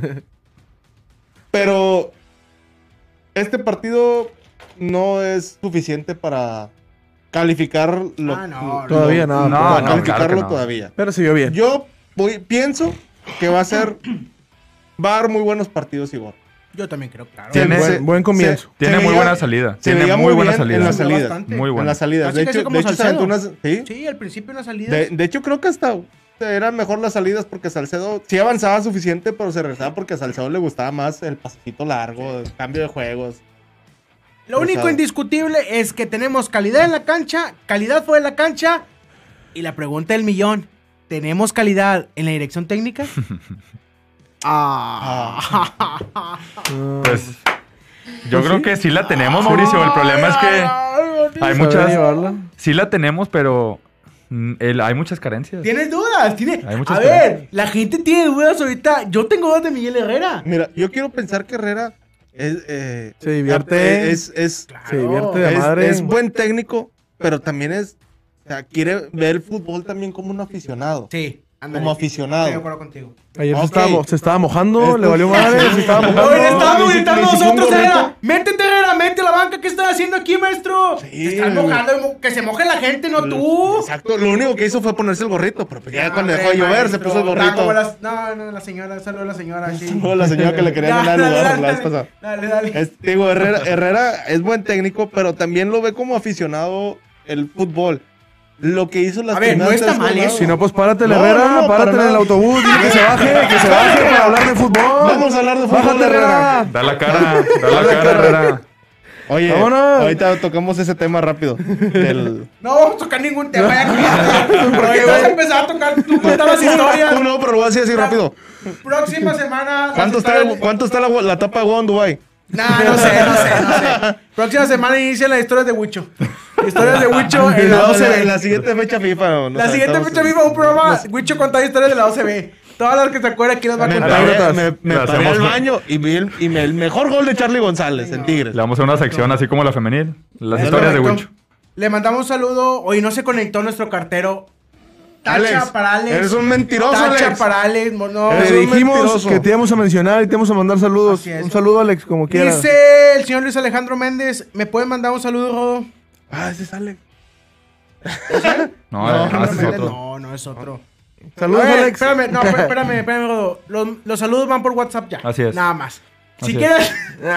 Pero este partido no es suficiente para calificar lo, Ah, no, Todavía lo- no, para no, calificarlo claro que no. todavía. Pero se vio bien. Yo voy, pienso que va a ser... Va a dar muy buenos partidos, Igor. Yo también creo, claro. Se- Buen- se- buen comienzo. se- Tiene se muy veía- buena salida. Se Tiene veía muy buena bien salida. en las Se veía salidas. bastante. Muy En buena. las salidas. Casi, De casi hecho, como de hecho se aventó Salcedo. unas... ¿sí? Sí, al principio una salida. De, de hecho, creo que hasta eran mejor las salidas porque Salcedo sí avanzaba suficiente, pero se regresaba porque a Salcedo le gustaba más el pasecito largo, el cambio de juegos. Lo único Pesado. indiscutible es que tenemos calidad en la cancha, calidad fuera de la cancha. Y la pregunta del millón: ¿tenemos calidad en la dirección técnica? ah. Pues yo Pues creo sí. que sí la tenemos, Mauricio. El problema es que hay Saber muchas... llevarla. Sí la tenemos, pero mm, el- hay muchas carencias. ¿Tienes dudas? ¿Tiene... Hay muchas A ver, la gente tiene dudas ahorita. Yo tengo dudas de Miguel Herrera. Mira, yo quiero pensar que Herrera es... eh, Se divierte. Es, es, Se divierte de es- madre. es buen técnico, pero también es... O sea, quiere ver el fútbol también como un aficionado. Sí, ándale. Como aficionado. Estoy de acuerdo contigo. Ayer se, Ok. estaba, mo- se estaba mojando, Esto- le valió madre, se estaba mojando. Oye, le estábamos ni si- gritando ni si fue un nosotros, gorrito. Herrera. Métete, Herrera, mete la banca. ¿Qué estás haciendo aquí, maestro? Sí, Te estás mojando. Que se moje la gente, no tú. Exacto, lo único que hizo fue ponerse el gorrito, pero pues ya No, cuando dejó hombre, de llover se maestro. puso el Ah, como gorrito. las- No, no, la señora, saludos a la señora. Sí. No, la señora que le quería Ya, ganar el dale, lugar dale, la vez dale, pasada. Dale, dale. Es- digo, Herrera, Herrera es buen técnico, pero también lo ve como aficionado el fútbol. Lo que hizo las A ver, no primeras está tres mal jornadas- eso. Si no, pues párate, No, Herrera, no, no, párate para en el nada. autobús, dile que se baje, que se baje para hablar de fútbol. Vamos a hablar de fútbol, Bájate, Herrera. Da la cara, da la cara, Herrera. Oye, Vámonos. ahorita tocamos ese tema rápido. Del... No vamos a tocar ningún tema. Ya, porque vas a empezar a tocar. Tú contabas historias. Tú no, pero lo voy a decir así rápido. Próxima semana. ¿Cuánto las está, historias- el- cuánto está la, la tapa de Juan Dubai? Nah, no sé, no sé, no sé. Próxima semana inician las historias de Huicho. Historias de Huicho en la No, O C B. la, la siguiente fecha FIFA. nos La siguiente aventamos- fecha viva un programa. Huicho contaba historias de la O C B. Todas las que se acuerdan, aquí las va a Me contar. paré, me, me Le paré hacemos- al baño y vi el, y me- el mejor gol de Charlie González en Tigres. Le vamos a una sección así como la femenil. Las Es historias de correcto. Huicho. Le mandamos un saludo. Hoy no se conectó nuestro cartero. Tacha Alex, para Alex. eres un mentiroso, Tacha Alex. para Alex. No, Eres Te un dijimos mentiroso. que te íbamos a mencionar y te íbamos a mandar saludos. Así es. Un saludo, Alex, como quieras. Dice el señor Luis Alejandro Méndez. ¿Me pueden mandar un saludo, Rodo? Ah, ese sale. No, No, ese es Méndez, otro. no, no es otro. Saludos, A ver, Alex. Espérame, no, espérame, espérame, espérame, Rodo. Los, los saludos van por WhatsApp ya. Así es. Nada más. Así Si es. quieres.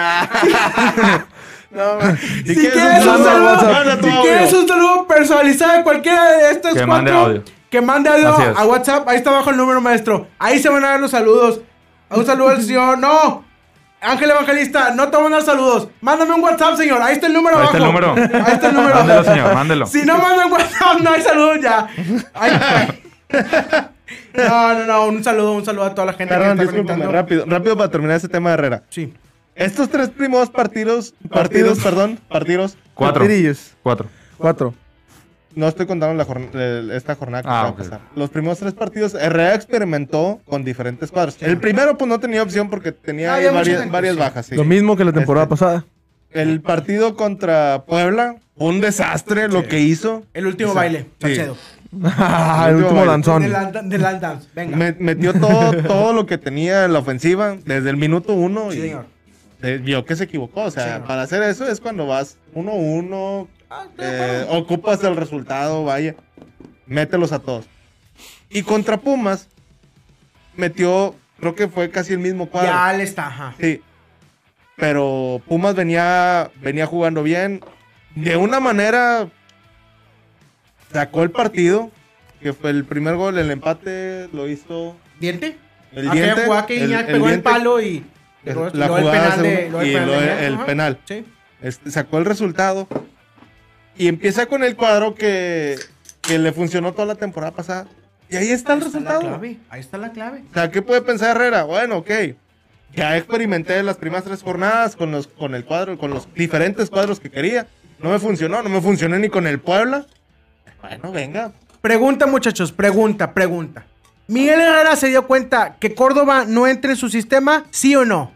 No, man. Si quieres quieres un un saludo, saludo, manda tu si audio. quieres un saludo personalizado de cualquiera de estas Que cuatro, mande audio. que mande audio Así es. a WhatsApp. Ahí está abajo el número, maestro. Ahí se van a dar los saludos. Un saludo al señor. No, Ángel Evangelista, no te van a dar saludos. Mándame un WhatsApp, señor. Ahí está el número Ahí abajo. está el número. Ahí está el número. Mándelo, señor, mándelo. Si no mandan WhatsApp, no hay saludos ya. Ahí- No, no, no. Un saludo, un saludo a toda la gente Perdón, que está discúlpame, conectando. rápido, rápido para terminar ese tema de Herrera. Sí. Estos tres primeros partidos, partidos, perdón, partidos, Cuatro. Partirillos. Cuatro. Cuatro. no estoy contando la jorn- el- esta jornada que Ah, va a ok. pasar. Los primeros tres partidos, Herrera experimentó con diferentes cuadros. El primero, pues no tenía opción porque tenía Ah, ahí había mucha varias, gente, varias sí. bajas. Sí. Lo mismo que la temporada Este, pasada. El partido contra Puebla, fue un desastre lo que hizo. El último O sea, baile, sí. Salcedo. Ah, el último último baile. danzón. Del land- del land dance. Venga. Me- metió todo, todo lo que tenía en la ofensiva desde el minuto uno Sí, y señor. se vio que se equivocó. O sea, Sí, señor. para hacer eso es cuando vas uno uno, eh, ocupas el resultado, vaya, mételos a todos. Y contra Pumas, metió, creo que fue casi el mismo cuadro. Ya le está, ajá. Sí. Pero Pumas venía, venía jugando bien. De una manera sacó el partido, que fue el primer gol, el empate lo hizo ¿Diente? el Aquella diente. jugada que el- Iñak el pegó el diente, palo y... el- luego- la luego el jugada penal de- segunda, luego el y penal luego de el, Iñak, el ajá. penal. Sí. Este, sacó el resultado y empieza con el cuadro que, que le funcionó toda la temporada pasada. Y ahí está el Ahí está la resultado. clave, ahí está la clave. O sea, ¿qué puede pensar Herrera? Bueno, ok. Ya experimenté las primeras tres jornadas con los, con el cuadro, con los diferentes cuadros que quería. No me funcionó, no me funcionó ni con el Puebla. Bueno, venga. Pregunta, muchachos, pregunta, pregunta. ¿Miguel Herrera se dio cuenta que Córdoba no entra en su sistema, sí o no?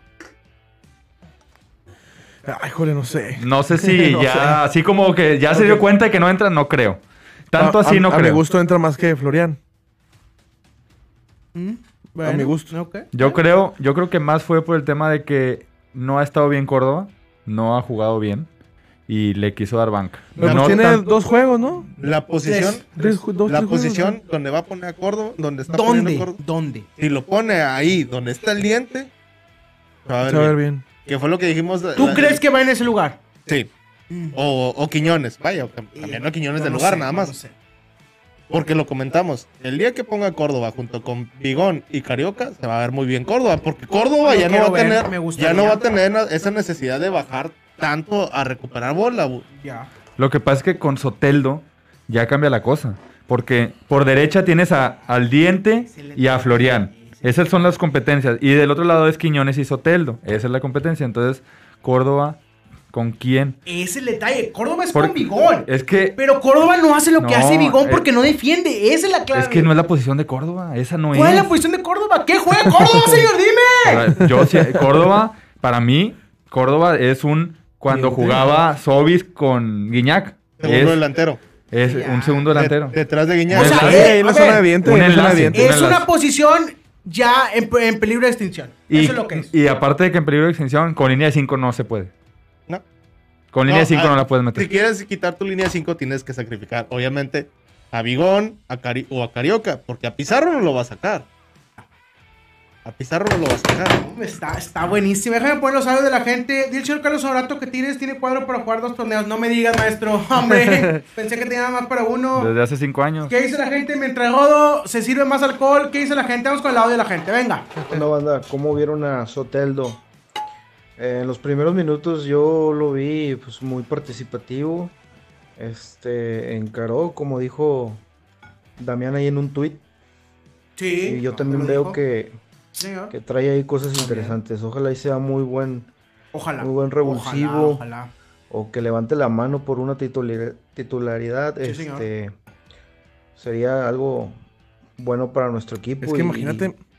Ay, joder, no sé. No sé si No ya, sé. así como que ya se dio cuenta de que no entra, no creo. Tanto A- así a- no a mi creo. gusto entra más que Florian. Bueno, A mi gusto. ok. Yo creo, yo creo que más fue por el tema de que no ha estado bien Córdoba, no ha jugado bien y le quiso dar banca. Pero No pues tiene tan- dos juegos, ¿no? La posición, Tres ju- dos, la tres juegos, posición ¿no? donde va a poner a Córdoba, donde está poniendo ¿Dónde? Córdoba. ¿Dónde? Si lo pone ahí, donde está el diente, se va a ver, Se va a ver bien. bien. Que fue lo que dijimos. ¿Tú la- crees que va en ese lugar? Sí. O, o Quiñones, vaya, o cam- cambiando a Quiñones No del lo lugar, sé, nada no más. lo sé. Porque lo comentamos. El día que ponga Córdoba junto con Bigón y Carioca, se va a ver muy bien Córdoba. Porque Córdoba Lo ya no quiero va a ver, tener, me gustaría. ya no va a tener na- esa necesidad de bajar tanto a recuperar bola. bu- Ya. Lo que pasa es que con Soteldo ya cambia la cosa. Porque por derecha tienes a, al Diente y a Florian. Esas son las competencias. Y del otro lado es Quiñones y Soteldo. Esa es la competencia. Entonces, Córdoba, ¿con quién? Ese es el detalle. Córdoba es Por- con Bigón. Es que, Pero Córdoba no hace lo que No, hace Bigón eh, porque no defiende. Esa es la clave. es que no es la posición de Córdoba. Esa no ¿Cuál es. es la posición de Córdoba? ¿Qué juega Córdoba, señor? Dime. Ahora, Yo, sí- Córdoba, para mí, Córdoba es un... Cuando Diente. jugaba Sobis con Guiñac. Segundo Es, delantero. es Ya. un segundo delantero. De- detrás de Guiñac. O sea, Sí, eh, ahí en la a zona ver, de diente. un en la zona de enlace. diente. Un Es enlace. una posición ya en, en peligro de extinción. Y, Eso es lo que es. y aparte de que en peligro de extinción, con línea de cinco no se puede. No. Con línea de cinco ah, no la puedes Si meter. quieres quitar tu línea cinco, tienes que sacrificar, obviamente, a Bigón a Cari- o a Carioca. Porque a Pizarro no lo va a sacar. A Pizarro no lo va a sacar. Está, está buenísimo. Déjame poner los audios de la gente. Dile al señor Carlos Sorato que Tigres tiene cuadro para jugar dos torneos. No me digas, maestro. Hombre, pensé que tenía nada más para uno. Desde hace cinco años. ¿Qué dice la gente? Mientras Rodo se sirve más alcohol, ¿qué dice la gente? Vamos con el audio de la gente. Venga. Una banda, ¿cómo vieron a Soteldo? Eh, en los primeros minutos yo lo vi pues muy participativo. Este encaró, como dijo Damián ahí en un tuit. Sí. Y yo también ¿lo veo dijo? que, Señor. que trae ahí cosas interesantes. Ojalá y sea muy buen, Ojalá. muy buen revulsivo. Ojalá, ojalá. O que levante la mano por una titula- titularidad. Sí, señor. este sería algo bueno para nuestro equipo. Es que y- imagínate,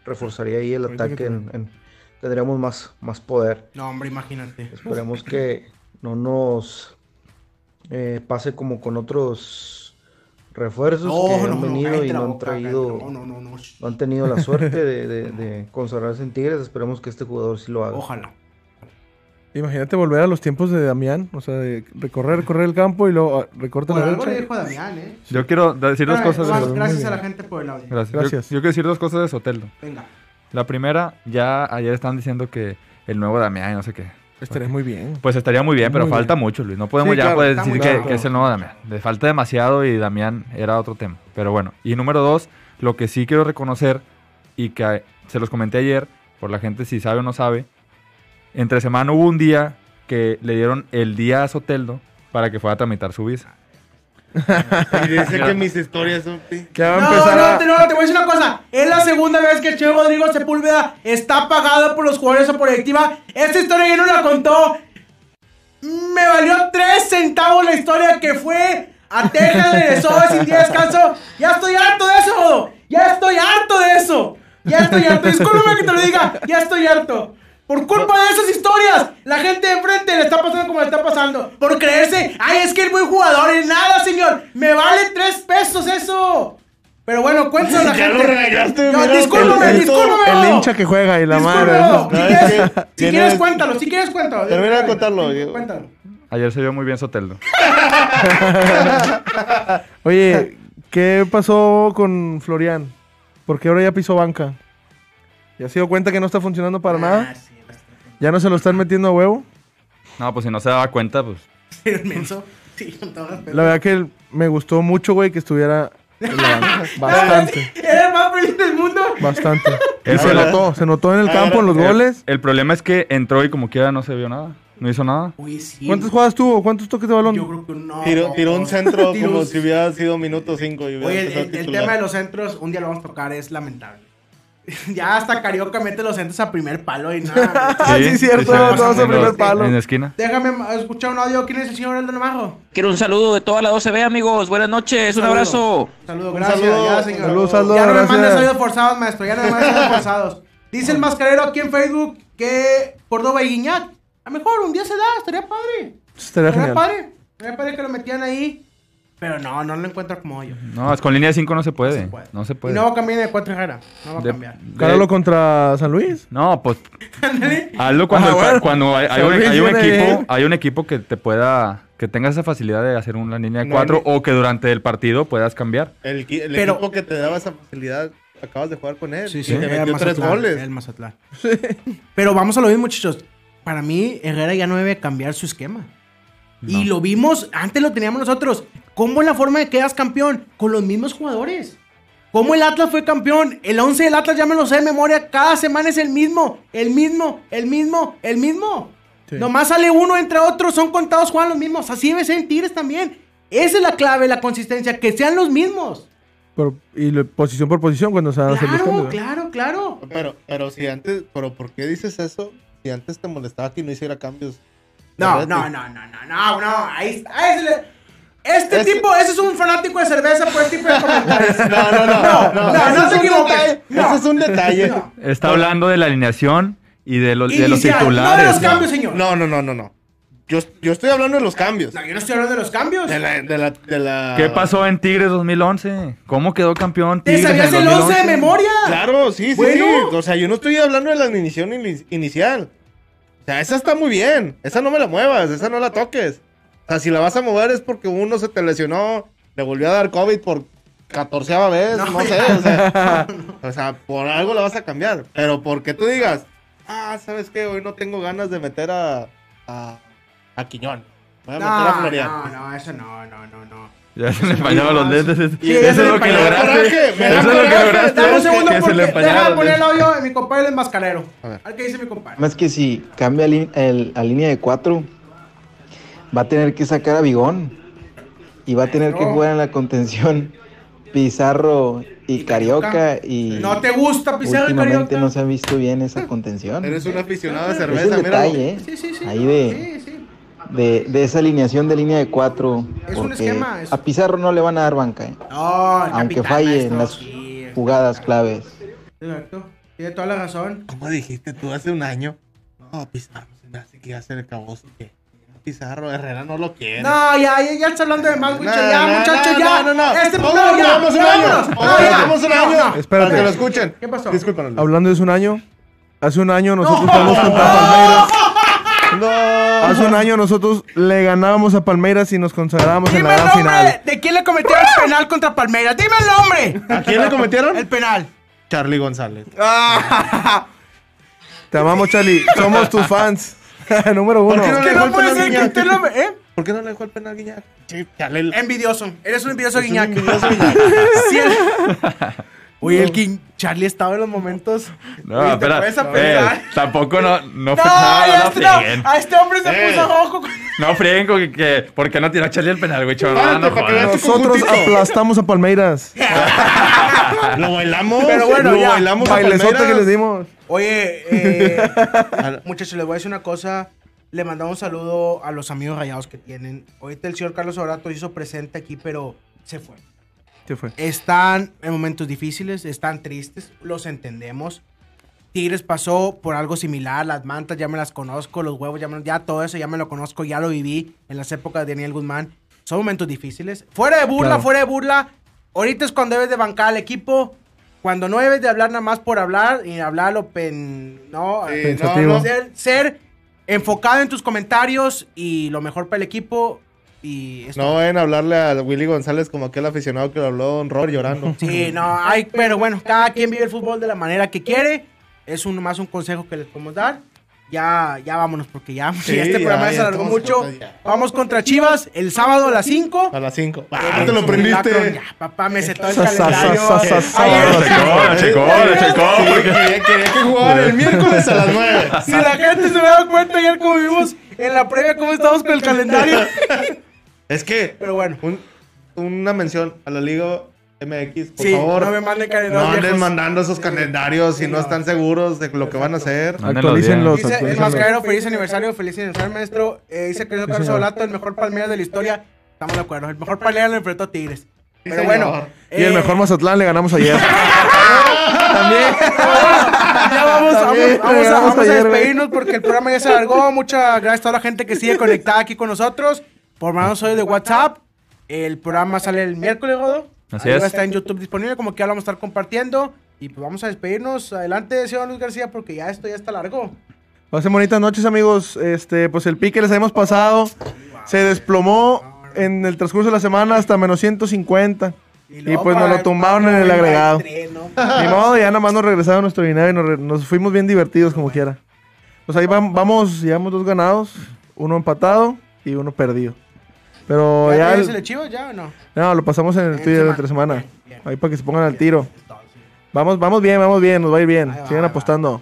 reforzaría ahí el ataque, en, en- tendríamos más, más poder. No, hombre, imagínate. Esperemos que no nos eh, pase como con otros refuerzos No, que no, han no, venido cállate y la no han boca, traído, cállate, no, no, no, no. no han tenido la suerte de, de- de consagrarse en Tigres. Esperemos que este jugador sí lo haga. Ojalá. Imagínate volver a los tiempos de Damián, o sea, de recorrer, correr el campo y luego ah, recorta Por la algo le derecha. dijo a Damián, ¿eh? Yo quiero decir dos Espérame, cosas. nomás, de- gracias Muy a la bien. gente por el audio. Gracias. Gracias. Yo, yo quiero decir dos cosas de Soteldo. Venga. La primera, ya ayer estaban diciendo que el nuevo Damián y no sé qué. Estaría muy bien. Pues estaría muy bien, pero Muy falta bien. mucho, Luis. No podemos Sí, ya claro, pues, está decir muy que, claro. que es el nuevo Damián. Le falta demasiado y Damián era otro tema. Pero bueno. Y número dos, lo que sí quiero reconocer y que eh, se los comenté ayer, por la gente si sabe o no sabe, entre semana hubo un día que le dieron el día a Soteldo para que fuera a tramitar su visa. Y dice que mis historias son... Que va a No, empezar no, a... te, no, te voy a decir una cosa. Es la segunda vez que el Che Rodrigo Sepúlveda está pagado por los jugadores o por directiva. Esta historia ya no la contó. Me valió tres centavos la historia que fue a Texas, regresó sin día de descanso. Ya estoy harto de eso, Jodo. Ya estoy harto de eso. Ya estoy harto. Discúlpame que te lo diga. Ya estoy harto. Por culpa de esas historias, la gente de enfrente le está pasando como le está pasando. Por creerse, ay, es que es buen jugador. Y nada, señor. Me vale tres pesos eso. Pero bueno, cuéntanos la Ya gente. lo regañaste, No, mira, discúlpame, el- el- discúlpame. El hincha que juega y la Discúlpame, madre. Jodo. Si No, quieres, es que si tienes- quieres, cuéntalo. Si quieres, cuéntalo. Termina de contarlo, Diego. Cuéntalo. Ayer se vio muy bien Soteldo. Oye, ¿qué pasó con Florian? Porque ahora ya pisó banca. ¿Ya se dio cuenta que no está funcionando para nada? Ah, sí, ¿Ya no se lo están metiendo a huevo? No, pues si no se daba cuenta, pues... eres menso. Sí, con todo respeto. La verdad que me gustó mucho, güey, que estuviera en la banca. Bastante, Eres el más feliz del mundo. bastante. Y El se problema- notó, se notó en el campo, en los el- goles. El problema es que entró y como quiera no se vio nada. No hizo nada. Uy, sí. ¿Cuántas jugadas tuvo? ¿Cuántos toques de balón? Yo creo que no. Tiró, tiró un centro Tiró como un- si hubiera sido minuto cinco. Y hubiera Oye, el, empezado el- el titular. tema de los centros, un día lo vamos a tocar, es lamentable. Ya hasta Carioca mete los centros a primer palo y nada. Ah, sí, cierto, sí, todos sí, a primer sí. palo. En la esquina. Déjame escuchar un audio. ¿Quién es el señor Aldo Navajo? Quiero un saludo de toda la doce B, amigos. Buenas noches, un Saludo. abrazo. Saludos, Un gracias. saludo. Ya, señor. Saludos, Aldo, ya no me gracias. mandes audios forzados, maestro. Ya no me mandes audios forzados. Dice el mascarero aquí en Facebook que Córdoba y Guiñac. A lo mejor un día se da, estaría padre. Estaría Estaría genial. padre. Estaría padre que lo metían ahí. Pero no, no lo encuentro como yo. No, es con línea de cinco no se puede. se puede. No se Y puede. no va a cambiar de cuatro Herrera. No va a De- cambiar. de- Cáralo contra San Luis. No, pues hazlo cuando, Ah, el- bueno. cuando hay, hay San un, Luis hay un viene equipo, bien. hay un equipo que te pueda, que tengas esa facilidad de hacer una línea de No, cuatro ni- o que durante el partido puedas cambiar. El, equi- el Pero- equipo que te daba esa facilidad, acabas de jugar con él. Sí, y sí. te Era metió tres Mazatlán, goles. era el Mazatlán. Pero vamos a lo mismo, muchachos. Para mí, Herrera ya no debe cambiar su esquema. Y lo vimos, antes lo teníamos nosotros. ¿Cómo es la forma de que quedas campeón? Con los mismos jugadores. ¿Cómo el Atlas fue campeón? El once del Atlas ya me lo sé de memoria. Cada semana es el mismo, el mismo, el mismo, el mismo. Sí. Nomás sale uno entre otros, son contados, juegan los mismos. Así debe ser en Tigres también. Esa es la clave, la consistencia, que sean los mismos. Por- y lo- posición por posición cuando se van a hacer los Claro, cambios. claro, claro. Pero, pero si antes, pero ¿por qué dices eso? Si antes te molestaba que no hiciera cambios. No, Ferretti. no, no, no, no, no, no, ahí está. ahí se le- Este Es- tipo, ese es un fanático de cerveza por este tipo de comentarios. No, no, no. No, no, ese no es te un equivoques. detalle, No. Ese es un detalle. No. Está hablando de la alineación y de, los de los Inicial, titulares. no de los ¿no? cambios, señor. No, no, no, no, no. Yo, yo estoy hablando de los cambios. No, yo no estoy hablando de los cambios. De la, de la, de la... ¿Qué pasó en Tigres dos mil once? ¿Cómo quedó campeón ¿Te Tigres sabías en el once de dos mil once? memoria? Claro, sí, sí, Bueno. sí. O sea, yo no estoy hablando de la alineación ini- inicial. O sea, esa está muy bien. Esa no me la muevas, esa no la toques. O sea, si la vas a mover es porque uno se te lesionó, le volvió a dar COVID por catorceava vez, no, No, sé. ya. O sea, o sea, por algo la vas a cambiar. Pero porque tú digas, ah, ¿sabes qué? Hoy no tengo ganas de meter a, a, a Quiñón. Voy a meter a No, Florian. no, no, eso no, no, no, no. Ya se le empañaron los lentes. es- Sí, eso ya es se le lo que empañaron. lograste. Coraje, me da Eso es lo que Coraje, lograste. Dame un segundo que se porque le deja empañaron de los poner el lentes. audio de mi compadre el mascarero. A ver. A ver qué dice mi compadre. Más que si cambia li- el- a línea de cuatro, va a tener que sacar a Bigón y va a tener que No. jugar en la contención Pizarro y, Y Carioca. Carioca y ¿No te gusta Pizarro y últimamente Carioca? no se ha visto bien esa contención. Eres un aficionado de Es cerveza, el míralo. detalle, ¿eh? Sí, sí, sí. Ahí de, Sí, sí. de, de esa alineación de línea de cuatro. Es un porque esquema, es- a Pizarro no le van a dar banca, ¿eh? No, el Aunque capitán, falle maestro, en las sí, jugadas claves. Exacto. Tiene toda la razón. ¿Cómo dijiste tú hace un año? No, Pizarro se me hace que ya se le acabó su que. Pizarro, Herrera no lo quiere. No, ya, ya, ya está hablando de más, güey. No, ya, no, muchachos, no, ya. no, no, no. Este Todos programa ya. llevamos un ya, año. vámonos. Todos No, ya. llevamos un No, año. no. Espérate. Para que lo escuchen. ¿Qué pasó? Discúlpanos. Hablando de hace un año, hace un año nosotros estábamos contra Palmeiras. No. Hace un año nosotros le ganábamos a Palmeiras y nos consagrábamos en Dime la el gran nombre. final. ¿De quién le cometieron el penal contra Palmeiras? Dime el nombre. ¿A quién le cometieron? El penal. Charlie González. Te amamos, Charlie. Somos tus fans. Número uno. ¿Por qué no le ¿Qué dejó no el puede penal ser que Guiñac? usted lo... ¿Eh? ¿Por qué no le dejó el penal Guiñac? Sí, chale, el- Envidioso. Eres un envidioso Es un Guiñac. envidioso Guiñac. Sí, el- Oye, el Guiñ... Charlie estaba en los momentos... No, Oye, ¿te espera. puedes eh, apensar? tampoco no, no, No, no, ya no este, no, frieguen. a este hombre se Eh. puso rojo. No frieguen con que, que ¿por qué no tiró a Charlie el penal, güey? Chavo? No, Párate, no para que jodas. veas tu Nosotros conjuntito. aplastamos a Palmeiras. Lo bailamos. Pero bueno, lo ya. bailamos a Bailesote Palmeiras. que les dimos. Oye, eh, muchachos, les voy a decir una cosa. Le mandamos un saludo a los amigos rayados que tienen. Ahorita el señor Carlos Orato hizo presente aquí, pero se fue. ¿Qué fue? Están en momentos difíciles, están tristes, los entendemos. Tigres pasó por algo similar, las mantas ya me las conozco, los huevos ya me, ya todo eso ya me lo conozco, ya lo viví en las épocas de Daniel Guzmán. Son momentos difíciles. Fuera de burla, Claro. fuera de burla. Ahorita es cuando debes de bancar al equipo. Cuando no debes de hablar nada más por hablar y hablarlo pen, no, Sí, eh, Pensativo. no, no, ser, ser enfocado en tus comentarios y lo mejor para el equipo. Y esto- No vayan a hablarle a Willy González como aquel aficionado que lo habló Don Robert llorando. Sí, no, hay, pero bueno, cada quien vive el fútbol de la manera que quiere. Es un, más un consejo que les podemos dar. Ya, ya vámonos, porque ya, Sí, ya este ya, programa ya ya se alargó estamos mucho. cortos ya. Vamos contra Chivas el sábado a las cinco. A las cinco. Eh, Ah, te lo prendiste. Ya, papá, me sé todo el Sa, sa, calendario. sa, sa, sa, Ayer- Lo checó, lo checó, lo checó. Sí, porque- quería, quería que jugaran el miércoles a las nueve. Si la gente se me da cuenta ayer como vimos en la previa cómo estamos con el calendario. Es que, Pero bueno. un- una mención a la Liga M X, por Sí, favor. no me manden No calendarios anden viejos. mandando esos calendarios si Sí, no no. están seguros de lo que van a hacer. Mándenlos Actualícenlos. bien. Dice el actualícenlos. mascarero, feliz aniversario, feliz aniversario, maestro. Eh, dice que es Carlos señor. Olato, el mejor Palmeiras de la historia. Estamos de acuerdo. El mejor Palmeiras lo enfrentó a Tigres. Pero señor. bueno. Y el eh, mejor Mazatlán le ganamos ayer. También. Ya vamos, vamos, También, vamos a, ganamos vamos a ayer, güey. despedirnos porque el programa ya se alargó. Muchas gracias a toda la gente que sigue conectada aquí con nosotros. Por mandarnos hoy de WhatsApp. El programa sale el miércoles, Godo. Así Ahí es. va a estar en YouTube disponible, como que ya lo vamos a estar compartiendo. Y pues vamos a despedirnos. Adelante, señor Luis García, porque ya esto ya está largo. Pasen bonitas noches, amigos. Este, pues el pique les habíamos pasado. Se desplomó en el transcurso de la semana hasta menos ciento cincuenta. Y luego pues nos para lo el tumbaron en el noventa y agregado. tres, ¿no? Ni modo, ya nada más nos regresaron nuestro dinero y nos, re- nos fuimos bien divertidos como quiera. Pues ahí vam- vamos, llevamos dos ganados, uno empatado y uno perdido. Pero ¿Ya ya... tienes el- el chivo ya o no? no, lo pasamos en el En Twitter semana. entre semana. Bien, bien. Ahí para que se pongan al tiro. Vamos, vamos bien, vamos bien, nos va a ir bien. Ahí va, Sigan ahí va. ánimo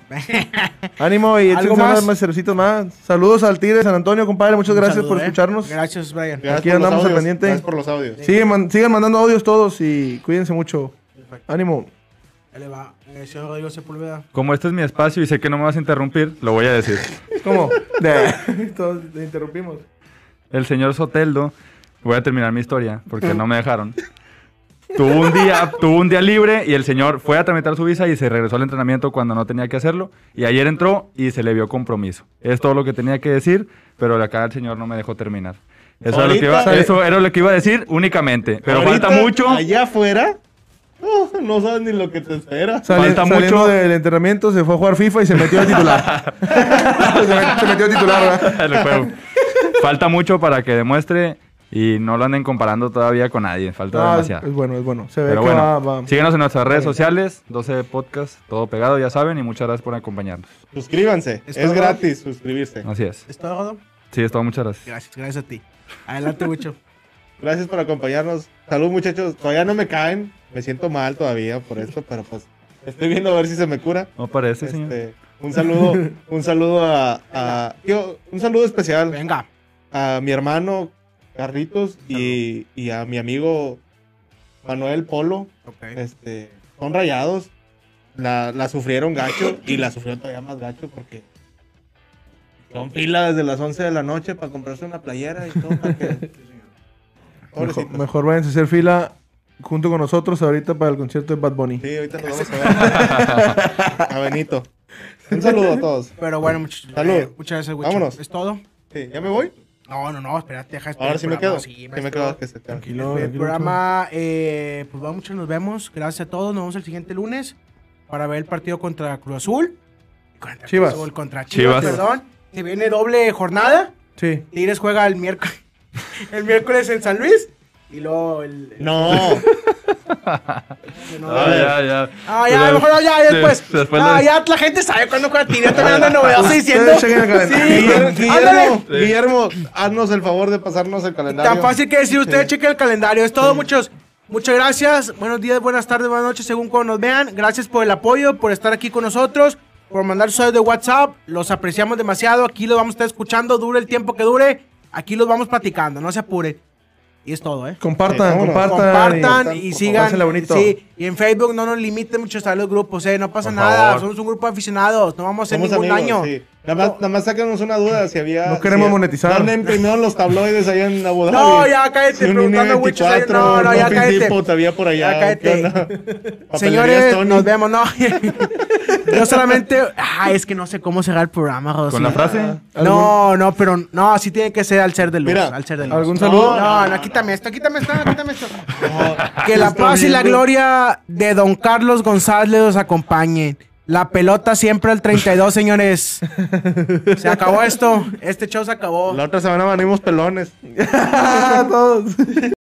Ánimo y ¿Algo échense más? unas más cervecitas más. Saludos al Tigre de San Antonio, compadre. Muchas Un gracias saludo, por ¿eh? escucharnos. Gracias, Brian. Gracias Aquí por los andamos al audios. pendiente. Gracias por los audios. Sigan, man- sigan mandando audios todos y cuídense mucho. Ánimo. Ahí le va. Eh, señor Rodrigo Sepúlveda. Como este es mi espacio y sé que no me vas a interrumpir, lo voy a decir. ¿Cómo? De- Todos te interrumpimos. El señor Soteldo, voy a terminar mi historia porque no me dejaron. Tuvo un día, tuvo un día libre y el señor fue a tramitar su visa y se regresó al entrenamiento cuando no tenía que hacerlo. Y ayer entró y se le vio compromiso. Es todo lo que tenía que decir, pero acá el señor no me dejó terminar. Eso, era lo, que iba, Ahorita- eso era lo que iba a decir únicamente. Pero Ahorita, falta mucho. Allá afuera, oh, no sabes ni lo que te espera. Sali- Falta saliendo mucho. del entrenamiento, se fue a jugar FIFA y se metió a titular. se, met- se metió a titular, ¿verdad? El juego. Falta mucho para que demuestre y no lo anden comparando todavía con nadie. Falta No, es, demasiado. es bueno, es bueno. Se ve Pero que bueno, va, va. síguenos en nuestras redes sociales, doce Podcast, todo pegado, ya saben, y muchas gracias por acompañarnos. Suscríbanse. ¿Es Es todo? gratis suscribirse. Así es. ¿Es todo, Rodo? Sí, es todo, muchas gracias. Gracias, gracias a ti. Adelante, mucho. Gracias por acompañarnos. Salud, muchachos. Todavía no me caen. Me siento mal todavía por esto, pero pues estoy viendo a ver si se me cura. No parece, señor. Este, un saludo, un saludo a, a- tío, un saludo especial Venga. a mi hermano Carlitos y, y a mi amigo Manuel Polo. Ok. Este, son rayados. La, la sufrieron gacho y la sufrieron todavía más gacho porque son fila desde las once de la noche para comprarse una playera y todo. Para que... Mejor, Pobrecitos. mejor váyanse a hacer fila junto con nosotros ahorita para el concierto de Bad Bunny. Sí, ahorita nos vamos a ver. A Benito. Un saludo a todos. Pero bueno, muchas, Salud. eh, muchas gracias, Wicho. Vámonos. ¿Es todo? Sí, ¿ya me voy? No, no, no, espérate, deja esperar Ahora el sí me programa. quedo. Sí, Sí maestro. me quedo. Que se Tranquilo, El tranquilo. programa, eh, pues vamos, muchos nos vemos. Gracias a todos. Nos vemos el siguiente lunes para ver el partido contra Cruz Azul. Contra Chivas. Cruz Azul, contra Chivas, Chivas. perdón. Se viene doble jornada. Sí. Tigres juega el miércoles. El miércoles en San Luis. Y luego el. el- No. no, Ah, ya, ya. Ah, ya, mejor no, ya, ya después. Sí, después ah, le- ya la gente sabe cuándo juega Tigres. También anda novedoso diciendo. Ustedes chequen el calendario. Sí, Guillermo, ándale. Guillermo, haznos el favor de pasarnos el calendario. Tan fácil que decir, ustedes Sí. chequen el calendario. Es todo, muchos. Muchas gracias. Buenos días, buenas tardes, buenas noches, según cuando nos vean. Gracias por el apoyo, por estar aquí con nosotros, por mandar sus audios de WhatsApp. Los apreciamos demasiado. Aquí los vamos a estar escuchando. Dure el tiempo que dure. Aquí los vamos platicando. No se apuren. Y es todo, ¿eh? Compartan, Sí, vámonos. compartan. Compartan y, sigan. Pásenla bonito. Sí, y en Facebook no nos limiten mucho a los grupos, ¿eh? No pasa Por nada. favor. Somos un grupo de aficionados. No vamos a hacer Somos ningún amigos, daño. sí. Nada más, nada más sáquenos una duda si había. No queremos si- monetizar. ¿Dónde imprimieron los tabloides allá en Abu Dhabi? No, ya cállate, Si un preguntando I N E muchos ahí. veinticuatro, No, no, ya Coffee cállate. Depot había por allá. Ya cállate. ¿Qué onda? Papelerías Señores, Tony. nos vemos, no. Yo solamente. Ah, es que no sé cómo cerrar el programa, José. ¿Con la frase? No, no, pero no, así tiene que ser al ser de luz. Mira, al ser de luz. ¿algún saludo? No, no, quítame esto, quítame esto, quítame esto. Que la paz y la gloria de don Carlos González los acompañen. La pelota siempre al treinta y dos, señores. Se acabó esto. Este show se acabó. La otra semana venimos pelones. Todos.